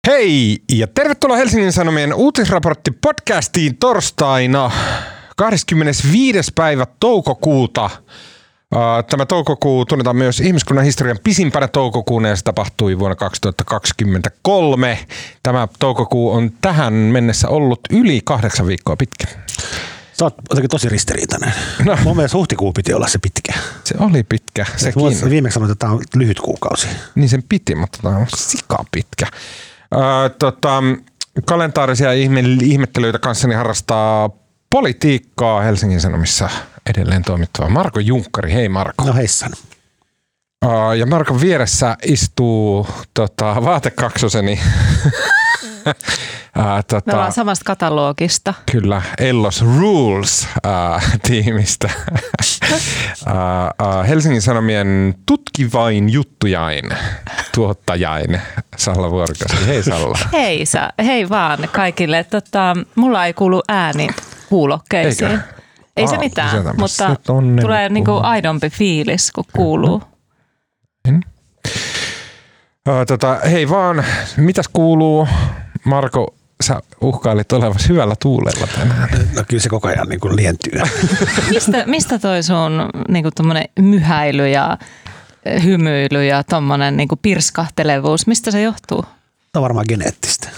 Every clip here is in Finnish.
Hei ja tervetuloa Helsingin Sanomien uutisraportti-podcastiin torstaina 25. päivä toukokuuta. Tämä toukokuu tunnetaan myös ihmiskunnan historian pisimpänä toukokuuna ja se tapahtui vuonna 2023. Tämä toukokuu on tähän mennessä ollut yli 8 viikkoa pitkä. Sä oot jotenkin tosi ristiriitainen. No. Mun mielestä huhtikuu piti olla se pitkä. Se oli pitkä, sekin. Viimeksi sanoin, että tämä on lyhyt kuukausi. Niin sen piti, mutta tämä on sika pitkä. Kalendaarisia ihmettelyitä kanssani harrastaa politiikkaa Helsingin Sanomissa edelleen toimittava Marko Junkkari. Hei Marko. No heissan. Ja Markon vieressä istuu vaatekaksoseni. Me ollaan samasta katalogista. Kyllä, Ellos Rules-tiimistä. Helsingin Sanomien tutkivain juttujain tuottajain Salla Vuorikoski. Hei Salla. Hei vaan kaikille. Mulla ei kuulu ääni kuulokkeisiin. Eikä? Ei se mitään, mutta tulee niinku aidompi fiilis, kun kuuluu. Hei vaan, mitäs kuuluu? Marko, sä uhkailit olevasi hyvällä tuulella tänään. No kyllä se koko ajan niin kuin lientyy. Mistä toi sun niin kuin tommonen myhäily ja hymyily ja tommonen niin kuin pirskahtelevuus, mistä se johtuu? No varmaan geneettistä.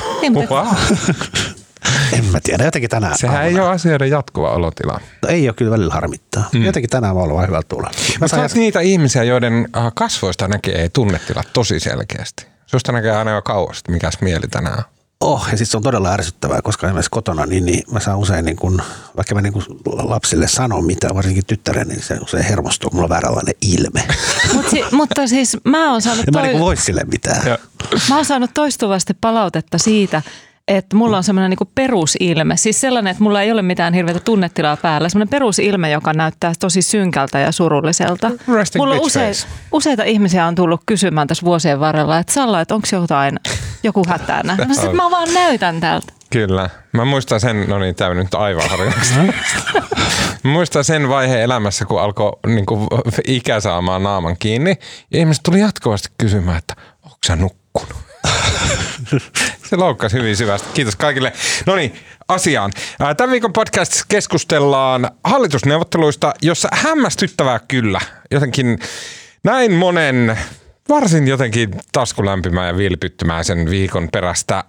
En mä tiedä, jotenkin tänään. Sehän ei ole asioiden jatkuva olotila. No ei ole kyllä välillä harmittaa. Jotenkin tänään mä oon ollut hyvällä tuulella. Sä oot niitä ihmisiä, joiden kasvoista näkee tunnetilat tosi selkeästi. Susta näkee aina jo kauas, että mikäs mieli tänään. Ja siis se on todella ärsyttävää, koska esimerkiksi kotona, niin mä saan usein, niin kun, vaikka mä niin kun lapsille sanon mitä, varsinkin tyttären, niin se usein hermostuu, mulla on vääränlainen ilme. Mutta siis mä oon saanut... mä niin voi sille mitään. Mä oon saanut toistuvasti palautetta siitä, että mulla on semmoinen niinku perusilme, siis sellainen, että mulla ei ole mitään hirveätä tunnetilaa päällä, semmoinen perusilme, joka näyttää tosi synkältä ja surulliselta. Mulla on useita ihmisiä on tullut kysymään tässä vuosien varrella, että Salla, että onko joku hätänä? Mä vaan näytän tältä. Kyllä. Mä muistan sen, no niin, tämä nyt aivan harjoitusta. Mä muistan sen vaiheen elämässä, kun alkoi niinku ikä saamaan naaman kiinni ja ihmiset tuli jatkuvasti kysymään, että onko sä nukkunut? Se loukkasi hyvin syvästi. Kiitos kaikille. No niin, asiaan. Tämän viikon podcastissa keskustellaan hallitusneuvotteluista, jossa hämmästyttävää kyllä. Jotenkin näin monen, varsin jotenkin taskulämpimään ja vilpittymäisen viikon perästä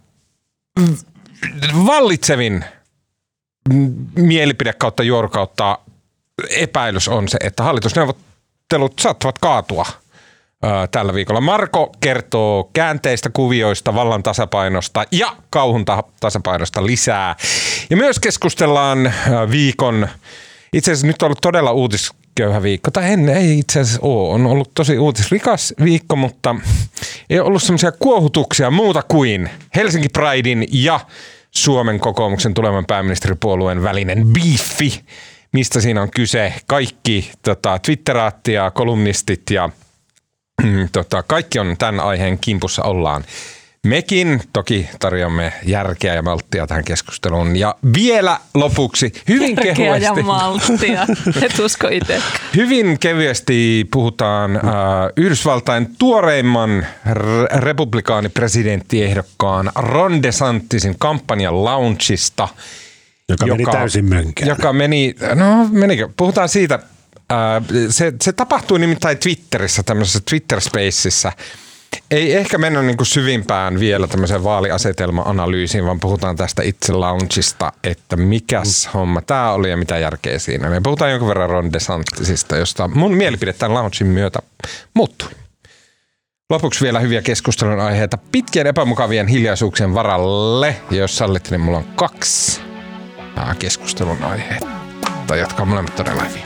vallitsevin mielipide kautta juorukautta epäilys on se, että hallitusneuvottelut saattavat kaatua tällä viikolla. Marko kertoo käänteistä kuvioista, vallan tasapainosta ja kauhun tasapainosta lisää. Ja myös keskustellaan viikon, itse asiassa nyt on ollut todella uutisköyhä viikko, tai ei itse asiassa ole, on ollut tosi uutisrikas viikko, mutta ei ollut semmoisia kuohutuksia muuta kuin Helsinki Pridein ja Suomen kokoomuksen tulevan pääministeripuolueen välinen biiffi. Mistä siinä on kyse? Kaikki Twitteraat ja kolumnistit ja kaikki on tämän aiheen kimpussa ollaan. Mekin toki tarjoamme järkeä ja malttia tähän keskusteluun. Ja vielä lopuksi hyvin kevyesti. Järkeä ja malttia, et usko itse. Hyvin kevyesti puhutaan Yhdysvaltain tuoreimman republikaanipresidenttiehdokkaan Ron DeSantisin kampanjan launchista. Joka meni täysin mönkään. Menikö? Puhutaan siitä. Se tapahtui nimittäin Twitterissä, tämmöisessä Twitter-spacessa. Ei ehkä mennä niin kuin syvimpään vielä tämmöiseen vaaliasetelma-analyysiin, vaan puhutaan tästä itse launchista, että mikäs homma tämä oli ja mitä järkeä siinä. Me puhutaan jonkun verran Ron DeSantisista, josta mun mielipide tämän launchin myötä muuttui. Lopuksi vielä hyviä keskustelun aiheita pitkien epämukavien hiljaisuuksien varalle. Ja jos sallit, niin mulla on 2 keskustelun aiheita, jotka on molemmat todella hyviä.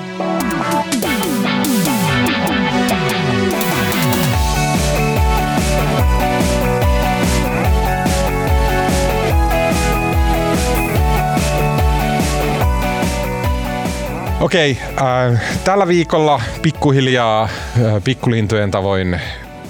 Okei, tällä viikolla pikkuhiljaa pikkulintujen tavoin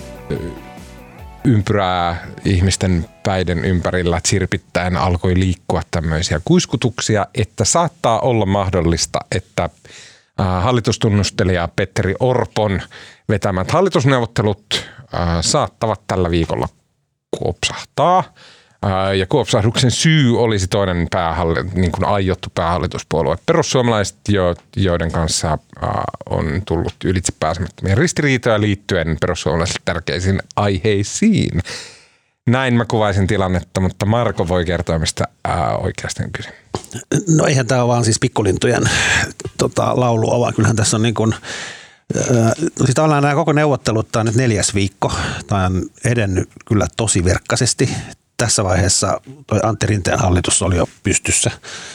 ympyrää ihmisten päiden ympärillä chirpittäen alkoi liikkua tämmöisiä kuiskutuksia, että saattaa olla mahdollista, että hallitustunnustelija Petteri Orpon vetämät hallitusneuvottelut saattavat tällä viikolla kuopsahtaa. Ja kuopsahduksen syy olisi toinen niin kuin aiottu päähallituspuolue perussuomalaiset, joiden kanssa on tullut ylitsepääsemättömiä ristiriitoja liittyen perussuomalaisille tärkeisiin aiheisiin. Näin mä kuvaisin tilannetta, mutta Marko voi kertoa, mistä oikeasti on kyse. No eihän tämä ole vaan siis pikkulintujen laulua, vaan kyllähän tässä on niin kuin, siis tavallaan nämä koko neuvottelut, tämä on nyt 4. viikko. Tämä on edennyt kyllä tosi verkkaisesti. Tässä vaiheessa toi Antti Rinteen hallitus oli jo pystyssä.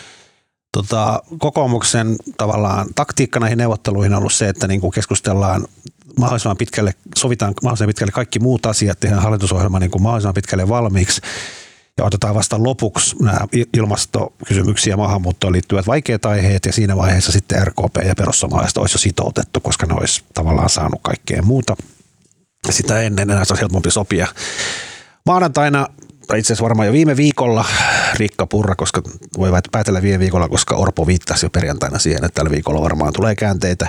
Kokoomuksen tavallaan taktiikka näihin neuvotteluihin on ollut se, että niin kuin keskustellaan mahdollisimman pitkälle, sovitaan mahdollisimman pitkälle kaikki muut asiat, tehdään hallitusohjelma niin kuin mahdollisimman pitkälle valmiiksi ja otetaan vasta lopuksi nämä ilmastokysymyksiä ja maahanmuuttoon liittyvät vaikeat aiheet ja siinä vaiheessa sitten RKP ja perussuomalaiset olisi jo sitoutettu, koska ne olisi tavallaan saanut kaikkea muuta. Sitä ennen enää olisi helpompi sopia. Maanantaina, tai itse asiassa varmaan jo viime viikolla, Riikka Purra, koska voi päätellä viime viikolla, koska Orpo viittasi jo perjantaina siihen, että tällä viikolla varmaan tulee käänteitä.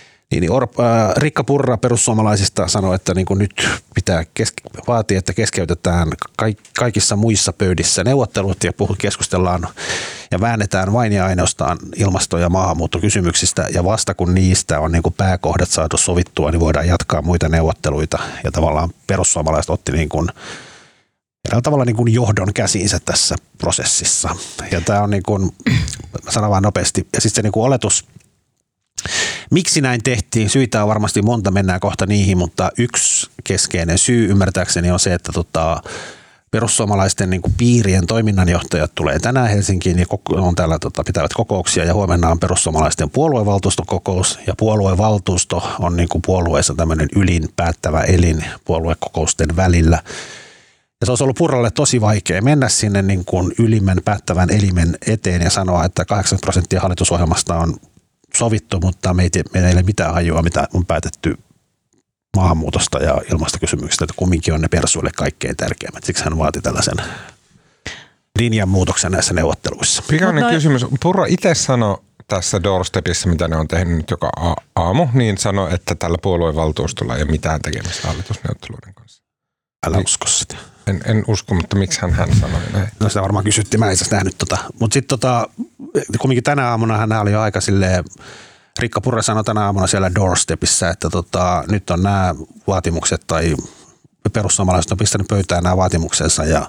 Riikka Purra perussuomalaisista sanoi, että niin kuin nyt pitää vaatia, että keskeytetään kaikissa muissa pöydissä neuvottelut ja keskustellaan ja väännetään vain ja ainoastaan ilmasto- ja maahanmuuttokysymyksistä ja vasta kun niistä on niin kuin pääkohdat saatu sovittua, niin voidaan jatkaa muita neuvotteluita ja tavallaan perussuomalaiset otti niin kuin eräällä tavalla niin kuin johdon käsiinsä tässä prosessissa. Ja tämä on niin kuin, sanon vaan nopeasti, ja sitten se niin kuin oletus, miksi näin tehtiin, syitä on varmasti monta, mennään kohta niihin, mutta yksi keskeinen syy ymmärtääkseni on se, että perussuomalaisten niin kuin piirien toiminnanjohtajat tulee tänään Helsinkiin ja on täällä pitävät kokouksia ja huomenna on perussuomalaisten puoluevaltuustokokous ja puoluevaltuusto on niin kuin puolueessa tämmöinen ylin päättävä elin puoluekokousten välillä. Ja se olisi ollut Purralle tosi vaikea mennä sinne niin kuin ylimmän päättävän elimen eteen ja sanoa, että 80% hallitusohjelmasta on sovittu, mutta meillä ei ole mitään hajua, mitä on päätetty maahanmuutosta ja ilmastokysymyksistä, että kumminkin on ne persuille kaikkein tärkeimmät. Siksi hän vaati tällaisen linjan muutoksen näissä neuvotteluissa. Pikainen kysymys. Purra itse sanoi tässä doorstepissa, mitä ne on tehnyt nyt joka aamu, niin sanoi, että tällä puoluevaltuustolla ei ole mitään tekemistä hallitusneuvotteluiden kanssa. Älä usko sitä. En usko, mutta miksi hän sanoi näin? No sitä varmaan kysyttiin, mä en itse asiassa nähnyt Mutta sitten kumminkin tänä aamuna hän oli jo aika silleen, Riikka Purra sanoi tänä aamuna siellä doorstepissa, että nyt on nämä vaatimukset tai perussuomalaiset on pistänyt pöytään nämä vaatimuksensa ja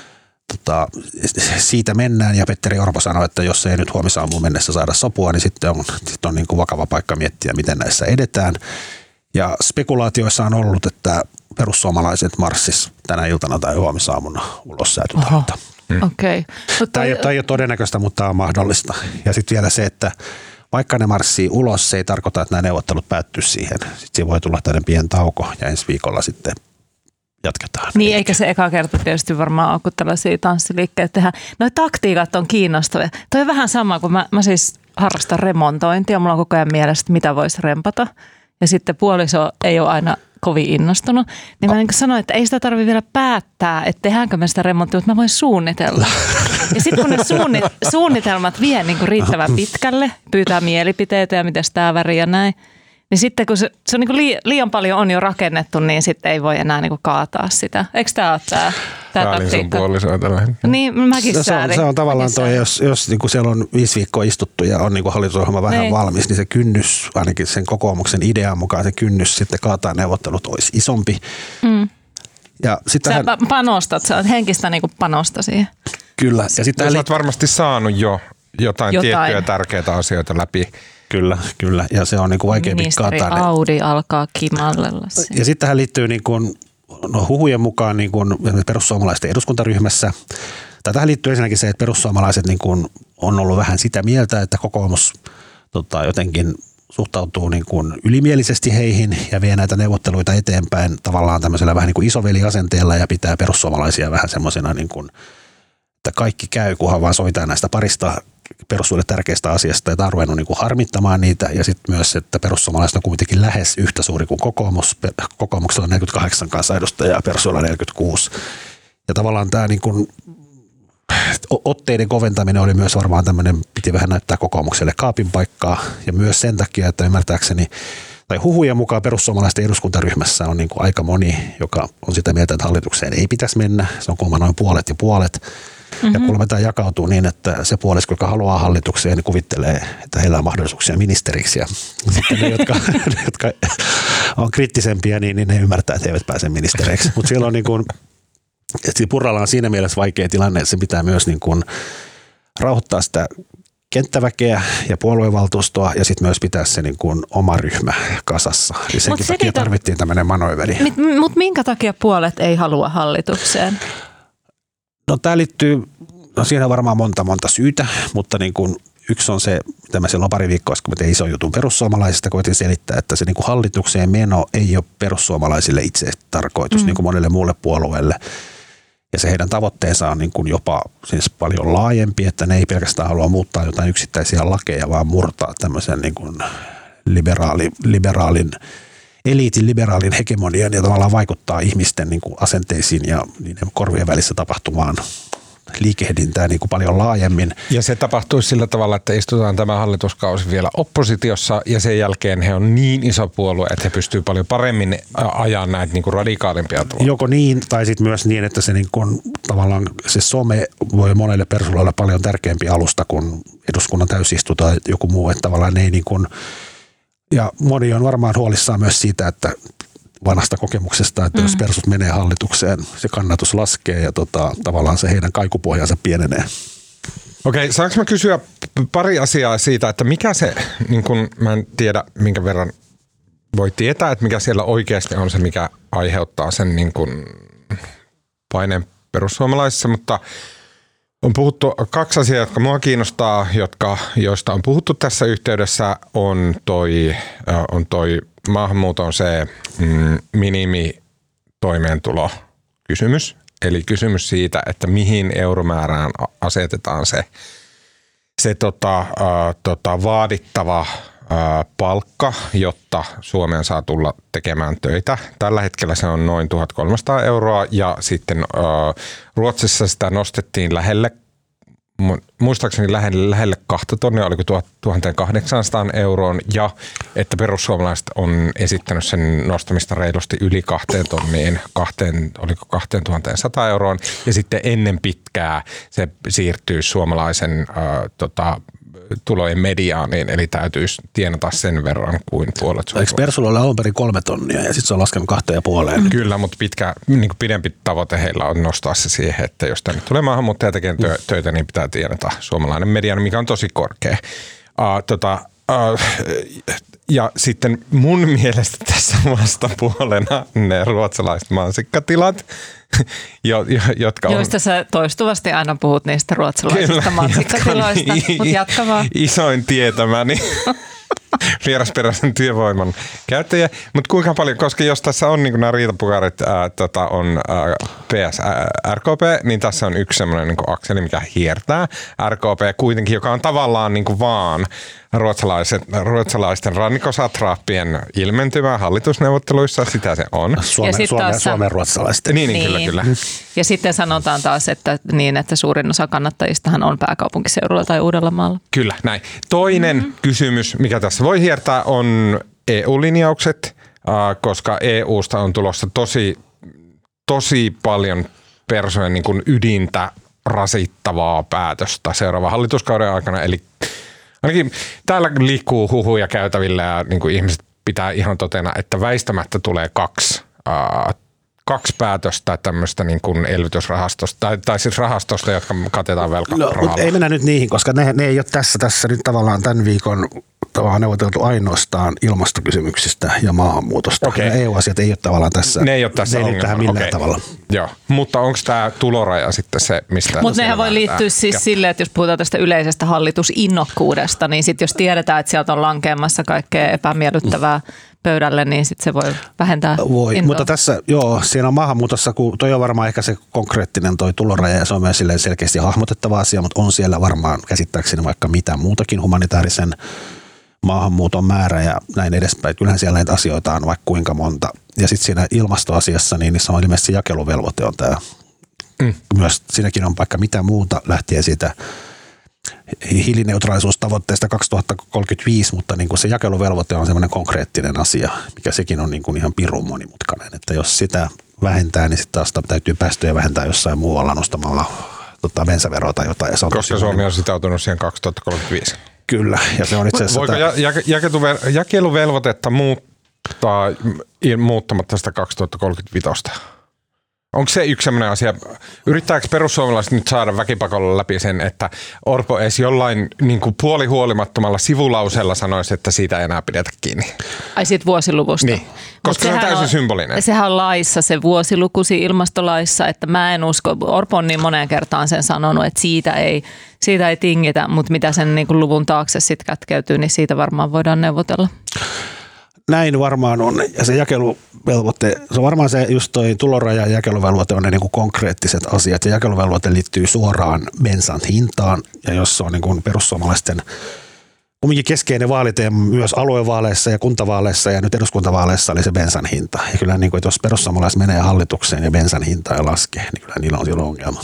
siitä mennään ja Petteri Orpo sanoi, että jos ei nyt huomisaamuun mennessä saada sopua, niin sitten on niin kuin vakava paikka miettiä, miten näissä edetään. Ja spekulaatioissa on ollut, että perussuomalaiset marssis tänä iltana tai huomisaamuna ulos Säätytalolta. Okei. Tämä ei ole todennäköistä, mutta tämä on mahdollista. Ja sitten vielä se, että vaikka ne marssii ulos, se ei tarkoita, että nämä neuvottelut päättyy siihen. Sitten siinä voi tulla tämmöinen pieni tauko ja ensi viikolla sitten jatketaan. Niin, eikä se eka kerta tietysti varmaan ole, kun tällaisia tanssiliikkeitä tehdään. Noi taktiikat on kiinnostavia. Toi on vähän sama, kun mä siis harrastan remontointia. Mulla on koko ajan mielessä, mitä voisi rempata. Ja sitten puoliso ei ole aina kovin innostunut. Niin mä niin sanoin, että ei sitä tarvitse vielä päättää, että tehdäänkö me sitä remonttia, mutta mä voin suunnitella. Ja sitten kun ne suunnitelmat vie niin kuin riittävän pitkälle, pyytää mielipiteitä ja miten tämä väri ja näin, niin sitten kun se on niin kuin liian paljon on jo rakennettu, niin sitten ei voi enää niin kuin kaataa sitä. Eikö tämä ole tämä taktiikka? Sun puolisoa tällä hetkellä. Niin, mäkin säärin. Se on tavallaan toi, jos niin kuin siellä on 5 viikkoa istuttu ja on niin kuin hallitusohjelma vähän valmis, niin se kynnys, ainakin sen kokoomuksen idean mukaan se kynnys sitten kaataa neuvottelut olisi isompi. Mm. Ja sä panostat, sä oot henkistä niin kuin panosta siihen. Kyllä. Ja sitten sä oot varmasti saanut jo jotain tiettyjä tärkeitä asioita läpi. Kyllä. Ja se on niin kuin vaikea pitää. Ministeri Audi alkaa kimallella. Ja sitten tähän liittyy niin kuin, huhujen mukaan niin kuin perussuomalaisten eduskuntaryhmässä. Tähän liittyy ensinnäkin se, että perussuomalaiset niin kuin on ollut vähän sitä mieltä, että kokoomus jotenkin suhtautuu niin kuin ylimielisesti heihin ja vie näitä neuvotteluita eteenpäin tavallaan tämmöisellä vähän niin kuin isoveliasenteella ja pitää perussuomalaisia vähän semmoisena, niin kuin, että kaikki käy, kunhan vaan sovitaan näistä parista perussuille tärkeistä asiasta, ja tämä on ruvennut niin kuin harmittamaan niitä, ja sitten myös, että perussuomalaiset on kuitenkin lähes yhtä suuri kuin kokoomus. Kokoomuksella on 48 kansanedustajaa, perussuilla 46. Ja tavallaan tämä niin kuin otteiden koventaminen oli myös varmaan tämmöinen, piti vähän näyttää kokoomukselle kaapin paikkaa, ja myös sen takia, että ymmärtääkseni tai huhujen mukaan perussuomalaisten eduskuntaryhmässä on niin kuin aika moni, joka on sitä mieltä, että hallitukseen ei pitäisi mennä. Se on kuulemma noin puolet ja puolet. Ja kuulemma tämä jakautuu niin, että se puolisko, joka haluaa hallitukseen, niin kuvittelee, että heillä on mahdollisuuksia ministeriksi. Ja sitten ne, jotka on kriittisempiä, niin ne ymmärtää, että he eivät pääse ministereiksi. Mutta siellä on niin kuin, että Purralla on siinä mielessä vaikea tilanne, että se pitää myös niin kuin rauhoittaa sitä kenttäväkeä ja puoluevaltuustoa ja sitten myös pitää se niin kuin oma ryhmä kasassa. Ja senkin takia tarvittiin tämmöinen manööveri. Mutta minkä takia puolet ei halua hallitukseen? No tämä liittyy, siinä on varmaan monta syytä, mutta niin kuin yksi on se, mitä mä silloin pari viikkoa, kun mä tein ison jutun perussuomalaisista, koitin selittää, että se niin kuin hallitukseen meno ei ole perussuomalaisille itse tarkoitus, niin kuin monelle muulle puolueelle. Ja se heidän tavoitteensa on niin kuin jopa siis paljon laajempi, että ne ei pelkästään halua muuttaa jotain yksittäisiä lakeja, vaan murtaa tämmöisen niin kuin eliitin liberaalin hegemonian ja tavallaan vaikuttaa ihmisten niin kuin asenteisiin ja niiden korvien välissä tapahtuvaan liikehdintään niin kuin paljon laajemmin. Ja se tapahtuisi sillä tavalla, että istutaan tämä hallituskausi vielä oppositiossa ja sen jälkeen he on niin iso puolue, että he pystyy paljon paremmin ajaa näitä niin kuin radikaalimpia tuolla. Joko niin, tai sitten myös niin, että se niin kuin, tavallaan se some voi monelle persuilla olla paljon tärkeämpi alusta kuin eduskunnan täysistunto tai joku muu, että tavallaan ne ei niin kuin, ja moni on varmaan huolissaan myös siitä, että vanhasta kokemuksesta, että jos persut menee hallitukseen, se kannatus laskee ja tavallaan se heidän kaikupohjansa pienenee. Okei, saanko mä kysyä pari asiaa siitä, että mikä se, niin kun mä en tiedä minkä verran voi tietää, että mikä siellä oikeasti on se, mikä aiheuttaa sen niin kun paineen perussuomalaisissa, mutta on puhuttu kaksi asiaa, jotka mua kiinnostaa, joista on puhuttu tässä yhteydessä, on toi maahanmuuton se minimitoimeentulo-kysymys. Eli kysymys siitä, että mihin euromäärään asetetaan se vaadittava palkka, jotta Suomeen saa tulla tekemään töitä. Tällä hetkellä se on noin 1 300 euroa ja sitten Ruotsissa sitä nostettiin muistaakseni lähelle 2 tonnia, oliko 1800 euroon ja että perussuomalaiset on esittänyt sen nostamista reilusti yli 2 tonniin, oliko 2100 euroon ja sitten ennen pitkää se siirtyy suomalaisen tulojen mediaaniin, eli täytyisi tienata sen verran kuin puolet Suomessa. Eikö Persulla ole alun perin 3 tonnia ja sitten se on laskenut 2,5? Kyllä, mutta niin pidempi tavoite heillä on nostaa se siihen, että jos tänne tulee maahanmuuttaja tekemään töitä, niin pitää tienata suomalainen media, mikä on tosi korkea. Ja sitten mun mielestä tässä vastapuolena ne ruotsalaiset mansikkatilat, jotka on... Joista sä toistuvasti aina puhut niistä ruotsalaisista mansikkatiloista, mutta jatka vaan. Isoin tietämäni vierasperäisen työvoiman käyttäjä. Mutta kuinka paljon, koska jos tässä on niin nämä riitapukarit, on PS RKP, niin tässä on yksi semmoinen niin akseli, mikä hiertää RKP kuitenkin, joka on tavallaan niin vaan ruotsalaisten rannikkosatraappien ilmentymä hallitusneuvotteluissa, sitä se on. Suomen ruotsalaisten. Niin. Kyllä. Ja sitten sanotaan taas, että suurin osa kannattajistahan on pääkaupunkiseudulla tai Uudellamaalla. Kyllä, näin. Toinen kysymys, mikä tässä voi hiertää, on EU-linjaukset, koska EUsta on tulossa tosi paljon persojen niin kuin ydintä rasittavaa päätöstä seuraavan hallituskauden aikana, eli ainakin täällä liikkuu huhuja käytävillä ja niin kuin ihmiset pitää ihan totena, että väistämättä tulee kaksi päätöstä tämmöistä niin kuin elvytysrahastosta, tai siis rahastosta, jotka katetaan velkarahalla. No, ei mennä nyt niihin, koska ne ei ole tässä nyt tavallaan tämän viikon neuvoteltu ainoastaan ilmastokysymyksistä ja maahanmuutosta. Okay. Ja EU-asiat ei ole tavallaan tässä. Ne ei ole tässä ongelma. Tähän millään tavalla. Joo, mutta onko tämä tuloraja sitten se, mistä... Mutta nehän voi liittyä siis silleen, että jos puhutaan tästä yleisestä hallitusinnokkuudesta, niin sitten jos tiedetään, että sieltä on lankeamassa kaikkea epämiellyttävää pöydälle, niin sitten se voi vähentää intoa. Mutta tässä, siinä on maahanmuutossa, kun toi on varmaan ehkä se konkreettinen toi tuloraja, ja se on myös selkeästi hahmotettava asia, mutta on siellä varmaan käsittääkseni vaikka mitä muutakin humanitaarisen maahanmuuton määrä ja näin edespäin. Kyllähän siellä näitä asioita on vaikka kuinka monta. Ja sitten siinä ilmastoasiassa, niin niissä on ilmeisesti jakeluvelvoite on tämä. Myös siinäkin on vaikka mitä muuta lähtien siitä hiilineutraalisuustavoitteesta 2035, mutta niin kuin se jakeluvelvoite on semmoinen konkreettinen asia, mikä sekin on niin kuin ihan pirun monimutkainen. Että jos sitä vähentää, niin sitten taas täytyy päästöjä vähentää jossain muualla nostamalla bensaveroa tai jotain. Ja koska Suomi on sitoutunut siihen 2035. Kyllä, ja se on itse asiassa... Voiko jakeluvelvoitetta muuttaa muuttamatta sitä 2035? Onko se yksi sellainen asia, yrittääkö perussuomalaiset nyt saada väkipakolla läpi sen, että Orpo edes jollain niin kuin puolihuolimattomalla sivulauseella sanoisi, että siitä ei enää pidetä kiinni? Ai siitä vuosiluvusta? Niin, koska se on täysin symbolinen. Sehän on laissa, se vuosilukusi ilmastolaissa, että mä en usko, Orpo on niin moneen kertaan sen sanonut, että siitä ei tingitä, mutta mitä sen niin kuin luvun taakse sitten kätkeytyy, niin siitä varmaan voidaan neuvotella. Näin varmaan on, ja se jakeluvelvoite, se on varmaan se just toi tuloraja ja jakeluvelvoite on ne niin kuin konkreettiset asiat, ja jakeluvelvoite liittyy suoraan bensan hintaan, ja jos se on niin kuin perussuomalaisten kumminkin keskeinen vaaliteema myös aluevaaleissa ja kuntavaaleissa ja nyt eduskuntavaaleissa oli se bensan hinta. Ja kyllä niin kuin, että jos perussuomalaiset menee hallitukseen ja bensan hinta ei laske, niin kyllä niillä on silloin ongelma.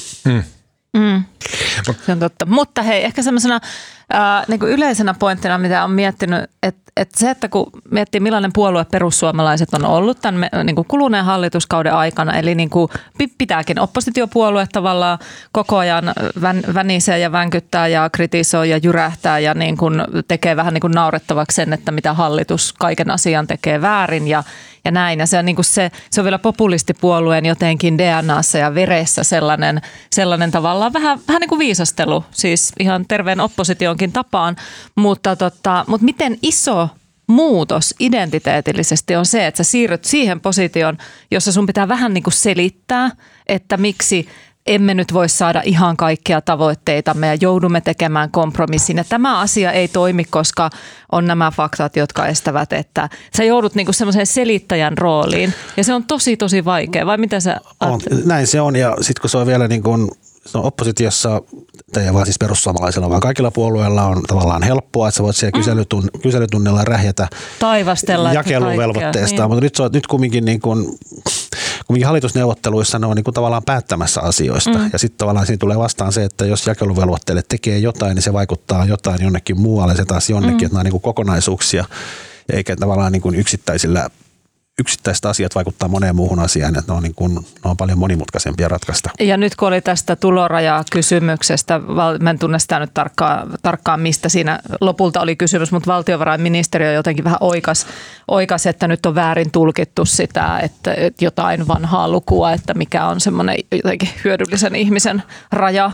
Se on totta. Mutta hei, ehkä semmoisena niin kuin yleisenä pointtina, mitä on miettinyt, että se, että kun miettii millainen puolue perussuomalaiset on ollut tämän niin kuin kuluneen hallituskauden aikana, eli niin kuin pitääkin oppositiopuolue tavallaan koko ajan vänisee ja vänkyttää ja kritisoi ja jyrähtää ja niin kuin tekee vähän niin kuin naurettavaksi sen, että mitä hallitus kaiken asian tekee väärin ja näin. Ja se on, niin kuin se on vielä populistipuolueen jotenkin DNAssa ja veressä sellainen tavallaan vähän niin kuin viisastelu, siis ihan terveen oppositionkin tapaan, mutta miten iso muutos identiteetillisesti on se, että sä siirryt siihen positioon, jossa sun pitää vähän niin kuin selittää, että miksi emme nyt voi saada ihan kaikkia tavoitteitamme ja joudumme tekemään kompromissin. Ja tämä asia ei toimi, koska on nämä faktat, jotka estävät, että sä joudut niinku semmoiseen selittäjän rooliin. Ja se on tosi, tosi vaikea. Vai mitä sä ajattelet? Näin se on. Ja sitten kun se on vielä niin kuin se on oppositiossa, ei vaan siis perussuomalaisilla, vaan kaikilla puolueilla on tavallaan helppoa, että sä voit siellä kyselytunnilla rähjätä jakeluvelvoitteesta. Niin. Mutta nyt kumminkin niin kuin hallitusneuvotteluissa ne on niin kuin tavallaan päättämässä asioista. Ja sitten tavallaan siinä tulee vastaan se, että jos jakeluvelvoitteelle tekee jotain, niin se vaikuttaa jotain jonnekin muualle, se taas jonnekin, että nämä on niin kuin kokonaisuuksia, eikä tavallaan niin kuin yksittäiset asiat vaikuttaa moneen muuhun asiaan, että ne on paljon monimutkaisempia ratkaista. Ja nyt kun oli tästä tulorajaa-kysymyksestä, mä en tunne sitä nyt tarkkaan, mistä siinä lopulta oli kysymys, mutta valtiovarainministeriö jotenkin vähän oikas, että nyt on väärin tulkittu sitä, että jotain vanhaa lukua, että mikä on semmoinen jotenkin hyödyllisen ihmisen raja,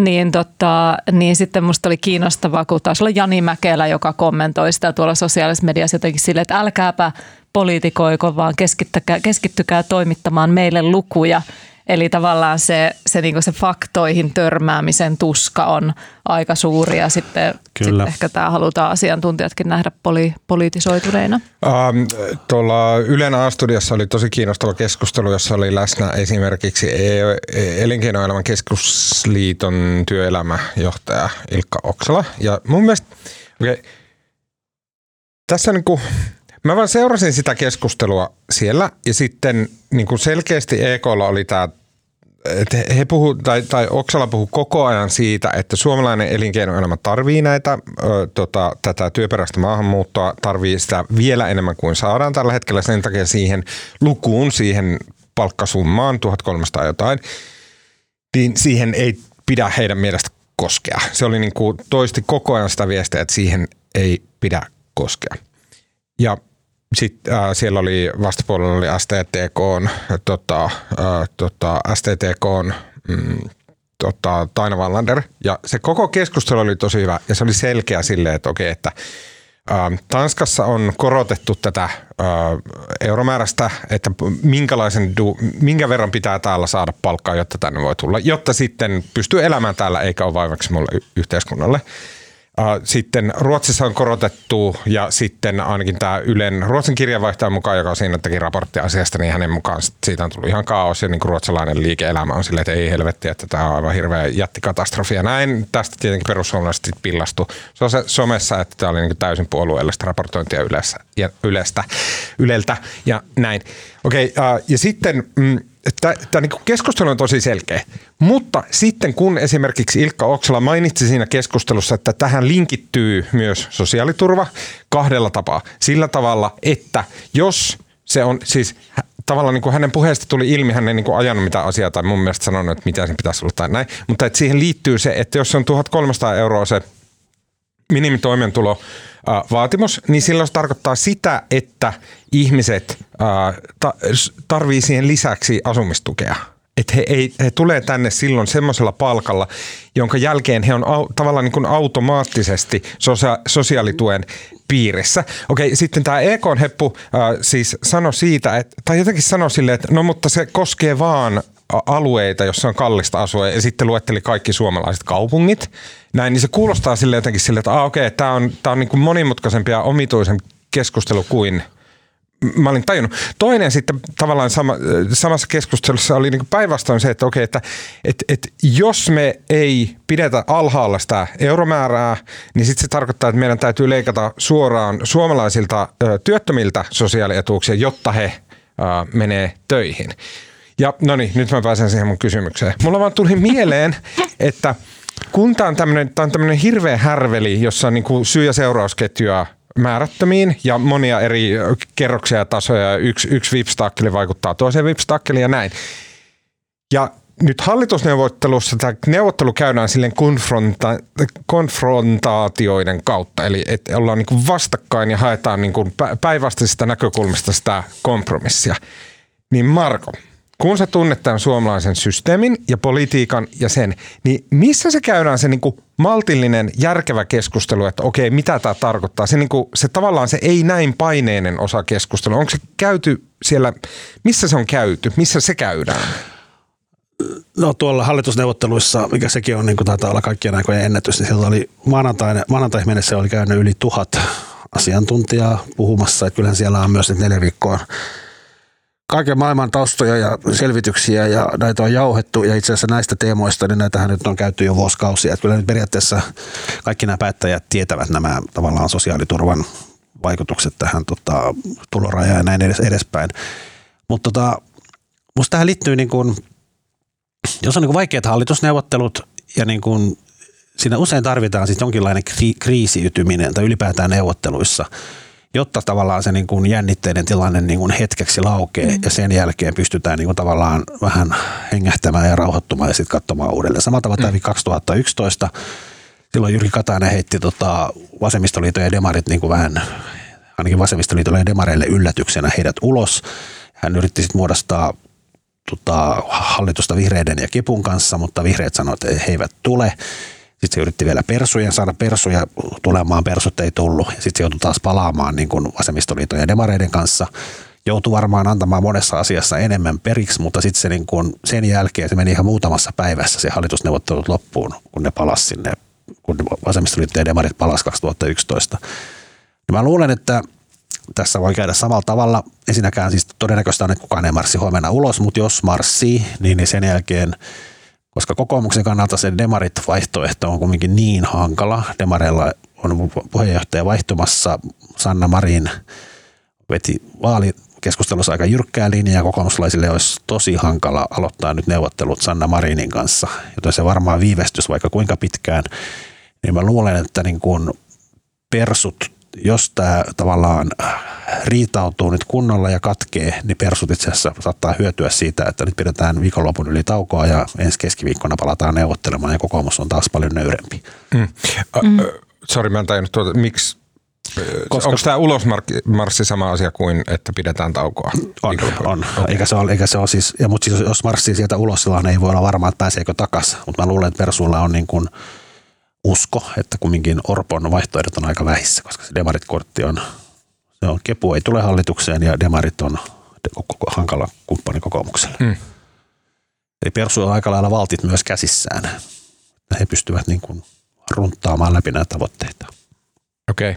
niin sitten musta oli kiinnostavaa, kun taas oli Jani Mäkelä, joka kommentoi sitä tuolla sosiaalisessa mediassa jotenkin silleen, että älkääpä poliitikoiko, vaan keskittykää toimittamaan meille lukuja. Eli tavallaan se faktoihin törmäämisen tuska on aika suuri ja sitten ehkä tämä halutaan asiantuntijatkin nähdä poliitisoituneina. Tuolla Ylen A-studiossa oli tosi kiinnostava keskustelu, jossa oli läsnä esimerkiksi Elinkeinoelämän keskusliiton työelämäjohtaja Ilkka Oksala. Ja mun mielestä tässä mä vaan seurasin sitä keskustelua siellä ja sitten niin kuin selkeästi EK:lla oli tämä, että he puhuu, tai Oksala puhuu koko ajan siitä, että suomalainen elinkeinoelämä tarvii tätä työperäistä maahanmuuttoa, tarvii sitä vielä enemmän kuin saadaan tällä hetkellä sen takia siihen lukuun, siihen palkkasummaan 1300 jotain, niin siihen ei pidä heidän mielestä koskea. Se oli niin kuin toisti koko ajan sitä viestiä, että siihen ei pidä koskea. Ja sitten siellä oli vastapuolella oli STTK:n Taina Wallander ja se koko keskustelu oli tosi hyvä ja se oli selkeä silleen, että okei, että Tanskassa on korotettu tätä euromäärästä, että minkä verran pitää täällä saada palkkaa, jotta tänne voi tulla, jotta sitten pystyy elämään täällä eikä ole vaivaksi mulle yhteiskunnalle. Sitten Ruotsissa on korotettu ja sitten ainakin tämä Ylen Ruotsin kirjeenvaihtajan mukaan, joka siinä teki raporttia asiasta, niin hänen mukaan siitä on tullut ihan kaos ja niin kuin ruotsalainen liike-elämä on silleen, että ei helvetti, että tämä on aivan hirveä jättikatastrofi. Ja näin tästä tietenkin perussuomalaiset pillastu somessa, että tämä oli niin kuin täysin puolueellista raportointia Yleltä ja näin. Okei, ja sitten tämä niinku keskustelu on tosi selkeä. Mutta sitten kun esimerkiksi Ilkka Oksala mainitsi siinä keskustelussa, että tähän linkittyy myös sosiaaliturva kahdella tapaa. Sillä tavalla, että jos se on siis tavallaan niin kuin hänen puheesta tuli ilmi, hän ei niin kuin ajanut mitään asiaa tai mun mielestä sanonut, että mitä sen pitäisi olla tai näin. Mutta että siihen liittyy se, että jos on 1 300 € se minimitoimeentulo vaatimus, niin silloin se tarkoittaa sitä, että ihmiset tarvii siihen lisäksi asumistukea. Että he tulee tänne silloin semmoisella palkalla, jonka jälkeen he on tavallaan niin kuin automaattisesti sosiaalituen piirissä. Okei, sitten tämä EK:n heppu siis sanoi siitä, tai jotenkin sanoi silleen, että no mutta se koskee vaan alueita, jossa on kallista asua, ja sitten luetteli kaikki suomalaiset kaupungit. Näin, niin se kuulostaa sille jotenkin silleen, että okei, tämä on niin kuin monimutkaisempi ja omituisen keskustelu kuin mä olin tajunnut. Toinen sitten tavallaan samassa keskustelussa oli niin kuin päinvastoin se, että okei, että jos me ei pidetä alhaalla sitä euromäärää, niin sitten se tarkoittaa, että meidän täytyy leikata suoraan suomalaisilta työttömiltä sosiaalietuuksia, jotta he menee töihin. Ja no niin, nyt mä pääsen siihen mun kysymykseen. Mulla vaan tuli mieleen, että kun tää on tämmöinen hirveä härveli, jossa on niin kuin syy- ja seurausketjua määrättömiin ja monia eri kerroksia ja tasoja. Yksi vipstaakkeli vaikuttaa toiseen vipstaakkeliin ja näin. Ja nyt hallitusneuvottelussa tämä neuvottelu käydään silleen konfrontaatioiden kautta. Eli että ollaan niin kuin vastakkain ja haetaan niin kuin päinvastaisesta näkökulmasta sitä kompromissia. Niin Marko, kun sä tunnet tämän suomalaisen systeemin ja politiikan ja sen, niin missä se käydään se niinku maltillinen, järkevä keskustelu, että okei, mitä tämä tarkoittaa? Se tavallaan se ei näin paineinen osa keskustelua. Onko se käyty siellä, missä se on käyty? Missä se käydään? No tuolla hallitusneuvotteluissa, mikä sekin on, niin kuin taitaa olla kaikkien aikojen ennätys, niin sieltä oli maanantai mennessä oli käynyt yli 1000 asiantuntijaa puhumassa. Että kyllähän siellä on myös 4 viikkoa kaiken maailman taustoja ja selvityksiä ja näitä on jauhettu ja itse asiassa näistä teemoista, niin näitähän nyt on käyty jo vuosikausia. Että kyllä nyt periaatteessa kaikki nämä päättäjät tietävät nämä tavallaan sosiaaliturvan vaikutukset tähän tulorajaan ja näin edespäin. Mutta musta tähän liittyy niin kuin, jos on niin kuin vaikeat hallitusneuvottelut ja niin kuin siinä usein tarvitaan siis jonkinlainen kriisiytyminen tai ylipäätään neuvotteluissa, jotta tavallaan se niin kuin jännitteinen tilanne niin kuin hetkeksi laukee ja sen jälkeen pystytään niin kuin tavallaan vähän hengähtämään ja rauhoittumaan ja sitten katsomaan uudelleen. Samalla tavalla tämä 2011, silloin Jyrki Katainen heitti vasemmistoliiton ja demarit niin kuin vähän, ainakin vasemmistoliitolle ja demareille yllätyksenä heidät ulos. Hän yritti sitten muodostaa hallitusta vihreiden ja Kepun kanssa, mutta vihreät sanoivat, että he eivät tule. Sitten se yritti vielä saada persuja tulemaan, persut ei tullut. Sitten se joutui taas palaamaan niin kuin vasemmistoliiton ja demareiden kanssa. Joutui varmaan antamaan monessa asiassa enemmän periksi, mutta sitten se niin kuin sen jälkeen se meni ihan muutamassa päivässä se hallitusneuvottelut loppuun, kun ne palasi sinne, kun vasemmistoliitto ja demarit palasi 2011. Ja mä luulen, että tässä voi käydä samalla tavalla. Ensinnäkään siis todennäköistä on, että kukaan ei marssi huomenna ulos, mutta jos marssii, niin sen jälkeen, koska kokoomuksen kannalta se demarit-vaihtoehto on kuitenkin niin hankala. Demareilla on puheenjohtaja vaihtumassa. Sanna Marin veti vaalikeskustelussa aika jyrkkää linjaa. Kokoomuslaisille olisi tosi hankala aloittaa nyt neuvottelut Sanna Marinin kanssa, joten se varmaan viivästys vaikka kuinka pitkään. Niin mä luulen, että niin kuin persut, jos tämä tavallaan riitautuu nyt kunnolla ja katkee, niin persut itse asiassa saattaa hyötyä siitä, että nyt pidetään viikonlopun yli taukoa ja ensi keskiviikkona palataan neuvottelemaan ja kokoomus on taas paljon nöyrempi. Sori, mä en tajunnut miksi. Onko tämä ulosmarssi sama asia kuin, että pidetään taukoa? On. Okay. Eikä se ole siis, mutta siis jos marssii sieltä ulos, silloin ei voi olla varma, että pääseekö takaisin. Mutta mä luulen, että persuilla on niin kuin usko, että kumminkin Orpon vaihtoehdot on aika vähissä, koska se demarit-kortti on Kepu ei tule hallitukseen ja demarit on hankala kumppani kokoomukselle. Eli persu on aika lailla valtit myös käsissään. He pystyvät niin kuin runttaamaan läpi näitä tavoitteita. Okei.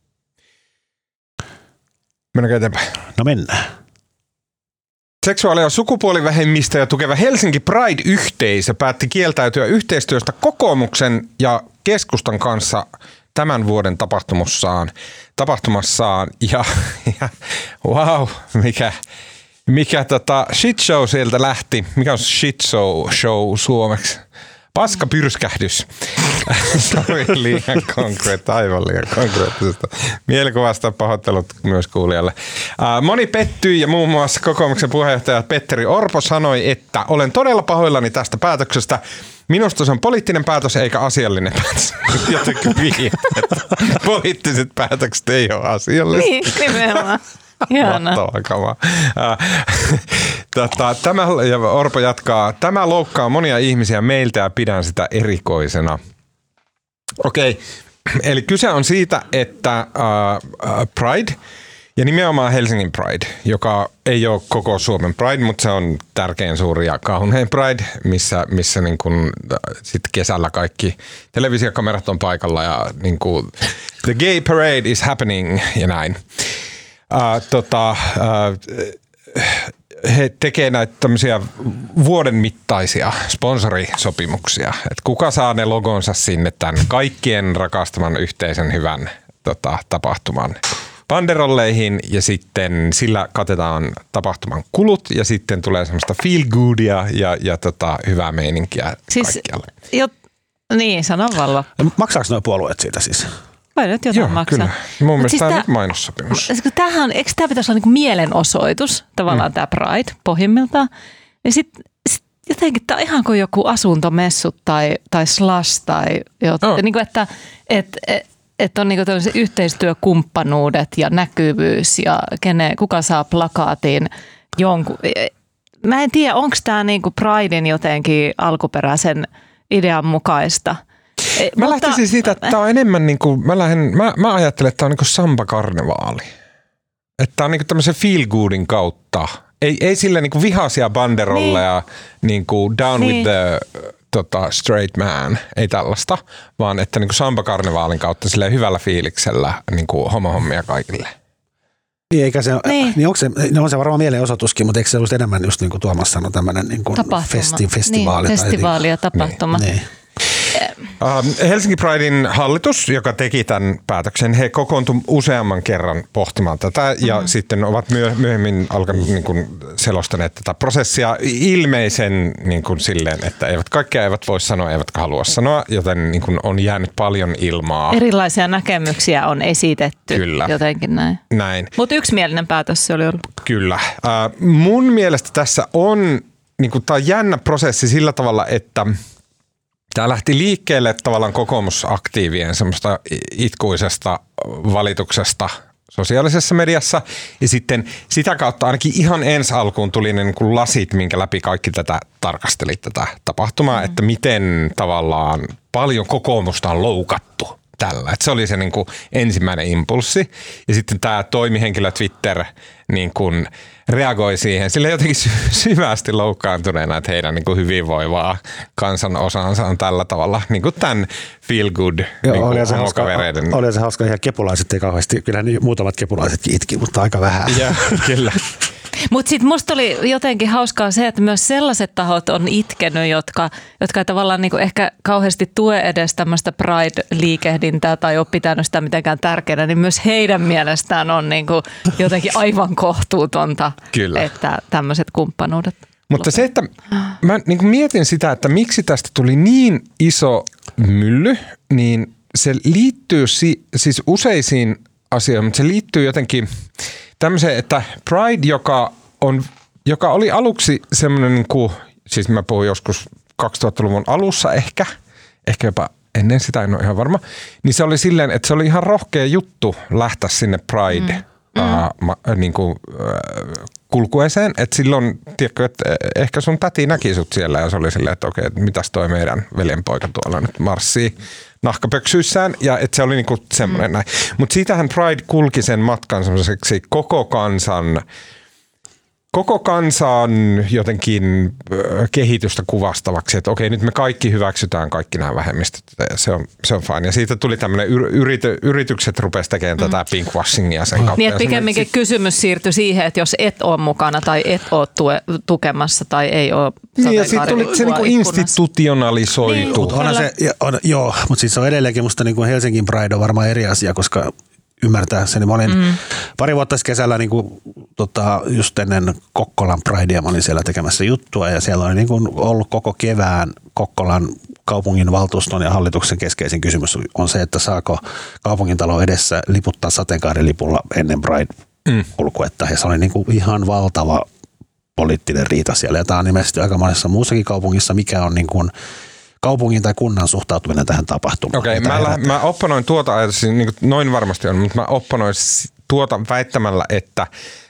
Mennäänkö eteenpäin? No mennään. Seksuaali- ja sukupuolivähemmistöjä tukeva Helsinki Pride-yhteisö päätti kieltäytyä yhteistyöstä kokoomuksen ja keskustan kanssa tämän vuoden tapahtumassaan. Ja wow, Mikä shit show sieltä lähti? Mikä on shit show suomeksi? Paskapyrskähdys. Se oli liian aivan liian konkreettisesta. Mielikuvasta pahoittelut myös kuulijalle. Moni pettyi ja muun muassa kokoomuksen puheenjohtaja Petteri Orpo sanoi, että olen todella pahoillani tästä päätöksestä. Minusta se on poliittinen päätös eikä asiallinen päätös. Jotenkin että poliittiset päätökset ei ole asiallisia. Niin, nimenomaan. Mahtavaa kamaa. Ja Orpo jatkaa, tämä loukkaa monia ihmisiä meiltä ja pidän sitä erikoisena. Okei, eli kyse on siitä, että Pride ja nimenomaan Helsingin Pride, joka ei ole koko Suomen Pride, mutta se on tärkein suuri ja kaunein Pride, missä niin kun, sit kesällä kaikki televisiokamerat on paikalla ja niin kun, the gay parade is happening ja näin. He tekee näitä tämmöisiä vuoden mittaisia sponsorisopimuksia, että kuka saa ne logonsa sinne tämän kaikkien rakastaman yhteisen hyvän tapahtuman banderolleihin ja sitten sillä katetaan tapahtuman kulut ja sitten tulee semmoista feel goodia ja hyvää meininkiä kaikkialle. Niin, sano valla. Maksaako nuo puolueet siitä siis? Vai nyt jotain maksaa. Kyllä. Mun mielestä tämä on nyt mainossopimus. Eikö tämä pitäisi olla niin mielenosoitus, tavallaan tämä Pride pohjimmiltaan? Ja sitten jotenkin tämä on ihan kuin joku asuntomessut tai slash tai jotain. Niin kuin, että on niin kuin tällaiset yhteistyökumppanuudet ja näkyvyys ja kuka saa plakaatin jonkun. Mä en tiedä, onko tämä niin kuin Pridein jotenkin alkuperäisen idean mukaista. Mä lähtisin siitä, että tämä on enemmän niin kuin, mä ajattelen, että tämä on niin kuin samba-karnevaali. Että tämä on niin kuin tämmöisen feel goodin kautta. Ei sille niin kuin vihaisia banderolleja, niin kuin down with the straight man, ei tällaista, vaan että niin kuin samba-karnevaalin kautta silleen hyvällä fiiliksellä niin kuin homohommia kaikille. Niin, eikä se, niin on se varmaan mielenosoituskin, mutta eikö se ollut enemmän just niin kuin Tuomas sanoi, tämmöinen niin kuin festivaali. Niin, festivaali ja tapahtuma. Niin. Helsingin Pridein hallitus, joka teki tämän päätöksen, he kokoontuivat useamman kerran pohtimaan tätä ja sitten ovat myöhemmin alkanut niin kuin selostaneet tätä prosessia ilmeisen niin kuin silleen, että kaikkea eivät voi sanoa, eivätkä halua sanoa, joten niin kuin on jäänyt paljon ilmaa. Erilaisia näkemyksiä on esitetty. Kyllä. Jotenkin näin. Mutta yksimielinen päätös se oli ollut. Kyllä. Mun mielestä tässä on, niin kuin, tämä on jännä prosessi sillä tavalla, että tämä lähti liikkeelle tavallaan kokoomusaktiivien semmoista itkuisesta valituksesta sosiaalisessa mediassa. Ja sitten sitä kautta ainakin ihan ensi alkuun tuli ne niin kuin lasit, minkä läpi kaikki tätä tarkasteli tätä tapahtumaa, että miten tavallaan paljon kokoomusta on loukattu tällä. Että se oli se niin kuin ensimmäinen impulssi. Ja sitten tämä toimihenkilö Twitter niin kuin reagoi siihen sille jotenkin syvästi loukkaantuneena, että heidän niin kuin hyvinvoivaa kansanosansa on tällä tavalla niin kuin tämän feel good niin homokavereiden. Oli se hauska, ihan kepulaiset ei kauheasti, kyllä muutamat kepulaisetkin itki, mutta aika vähän. Ja, kyllä. Mutta sitten musta oli jotenkin hauskaa se, että myös sellaiset tahot on itkenyt, jotka ei tavallaan niinku ehkä kauheasti tue edes tämmöistä Pride-liikehdintää tai ole pitänyt sitä mitenkään tärkeänä, niin myös heidän mielestään on niinku jotenkin aivan kohtuutonta, kyllä, että tämmöiset kumppanuudet. Mutta se, että mä niinku mietin sitä, että miksi tästä tuli niin iso mylly, niin se liittyy siis useisiin asioihin, mutta se liittyy jotenkin tämmöiseen, että Pride, joka oli aluksi semmoinen, niin kuin, siis mä puhun joskus 2000-luvun alussa ehkä jopa ennen sitä, en ole ihan varma, niin se oli silleen, että se oli ihan rohkea juttu lähteä sinne Pride niin kuin, kulkueeseen. Että silloin, tiedätkö, että ehkä sun täti näki sut siellä ja se oli silleen, että okei, mitäs toi meidän veljenpoika tuolla nyt marssii nahkapöksyissään, ja että se oli niinku semmoinen näin. Mutta siitähän Pride kulki sen matkan semmoiseksi koko kansan jotenkin kehitystä kuvastavaksi, että okei, nyt me kaikki hyväksytään kaikki nämä vähemmistöt, se on fine. Ja siitä tuli tämmöinen, yritykset rupesi tekemään tätä pinkwashingia sen kautta. Niin, että pikemminkin kysymys siirtyi siihen, että jos et ole mukana tai et ole tukemassa tai ei ole niin, ja sitten tuli se niinku institutionalisoitu. Niin. Joo, mutta siis se on edelleenkin musta niin kuin Helsingin Pride on varmaan eri asia, koska ymmärtää sen. Mä olin pari vuotta kesällä niin kuin, just ennen Kokkolan Pridea, mä olin siellä tekemässä juttua ja siellä oli niin kuin ollut koko kevään Kokkolan kaupungin valtuuston ja hallituksen keskeisin kysymys on se, että saako kaupungintalo edessä liputtaa sateenkaarilipulla ennen Pride-kulkuetta. Ja se oli niin kuin ihan valtava poliittinen riita siellä. Ja tämä on ilmeisesti aika monessa muussakin kaupungissa, mikä on niin kuin kaupungin tai kunnan suhtautuminen tähän tapahtumaan. Okei, mä opponoin tuota ajatusta, niin kuin noin varmasti on, mutta mä opponoin tuota väittämällä, että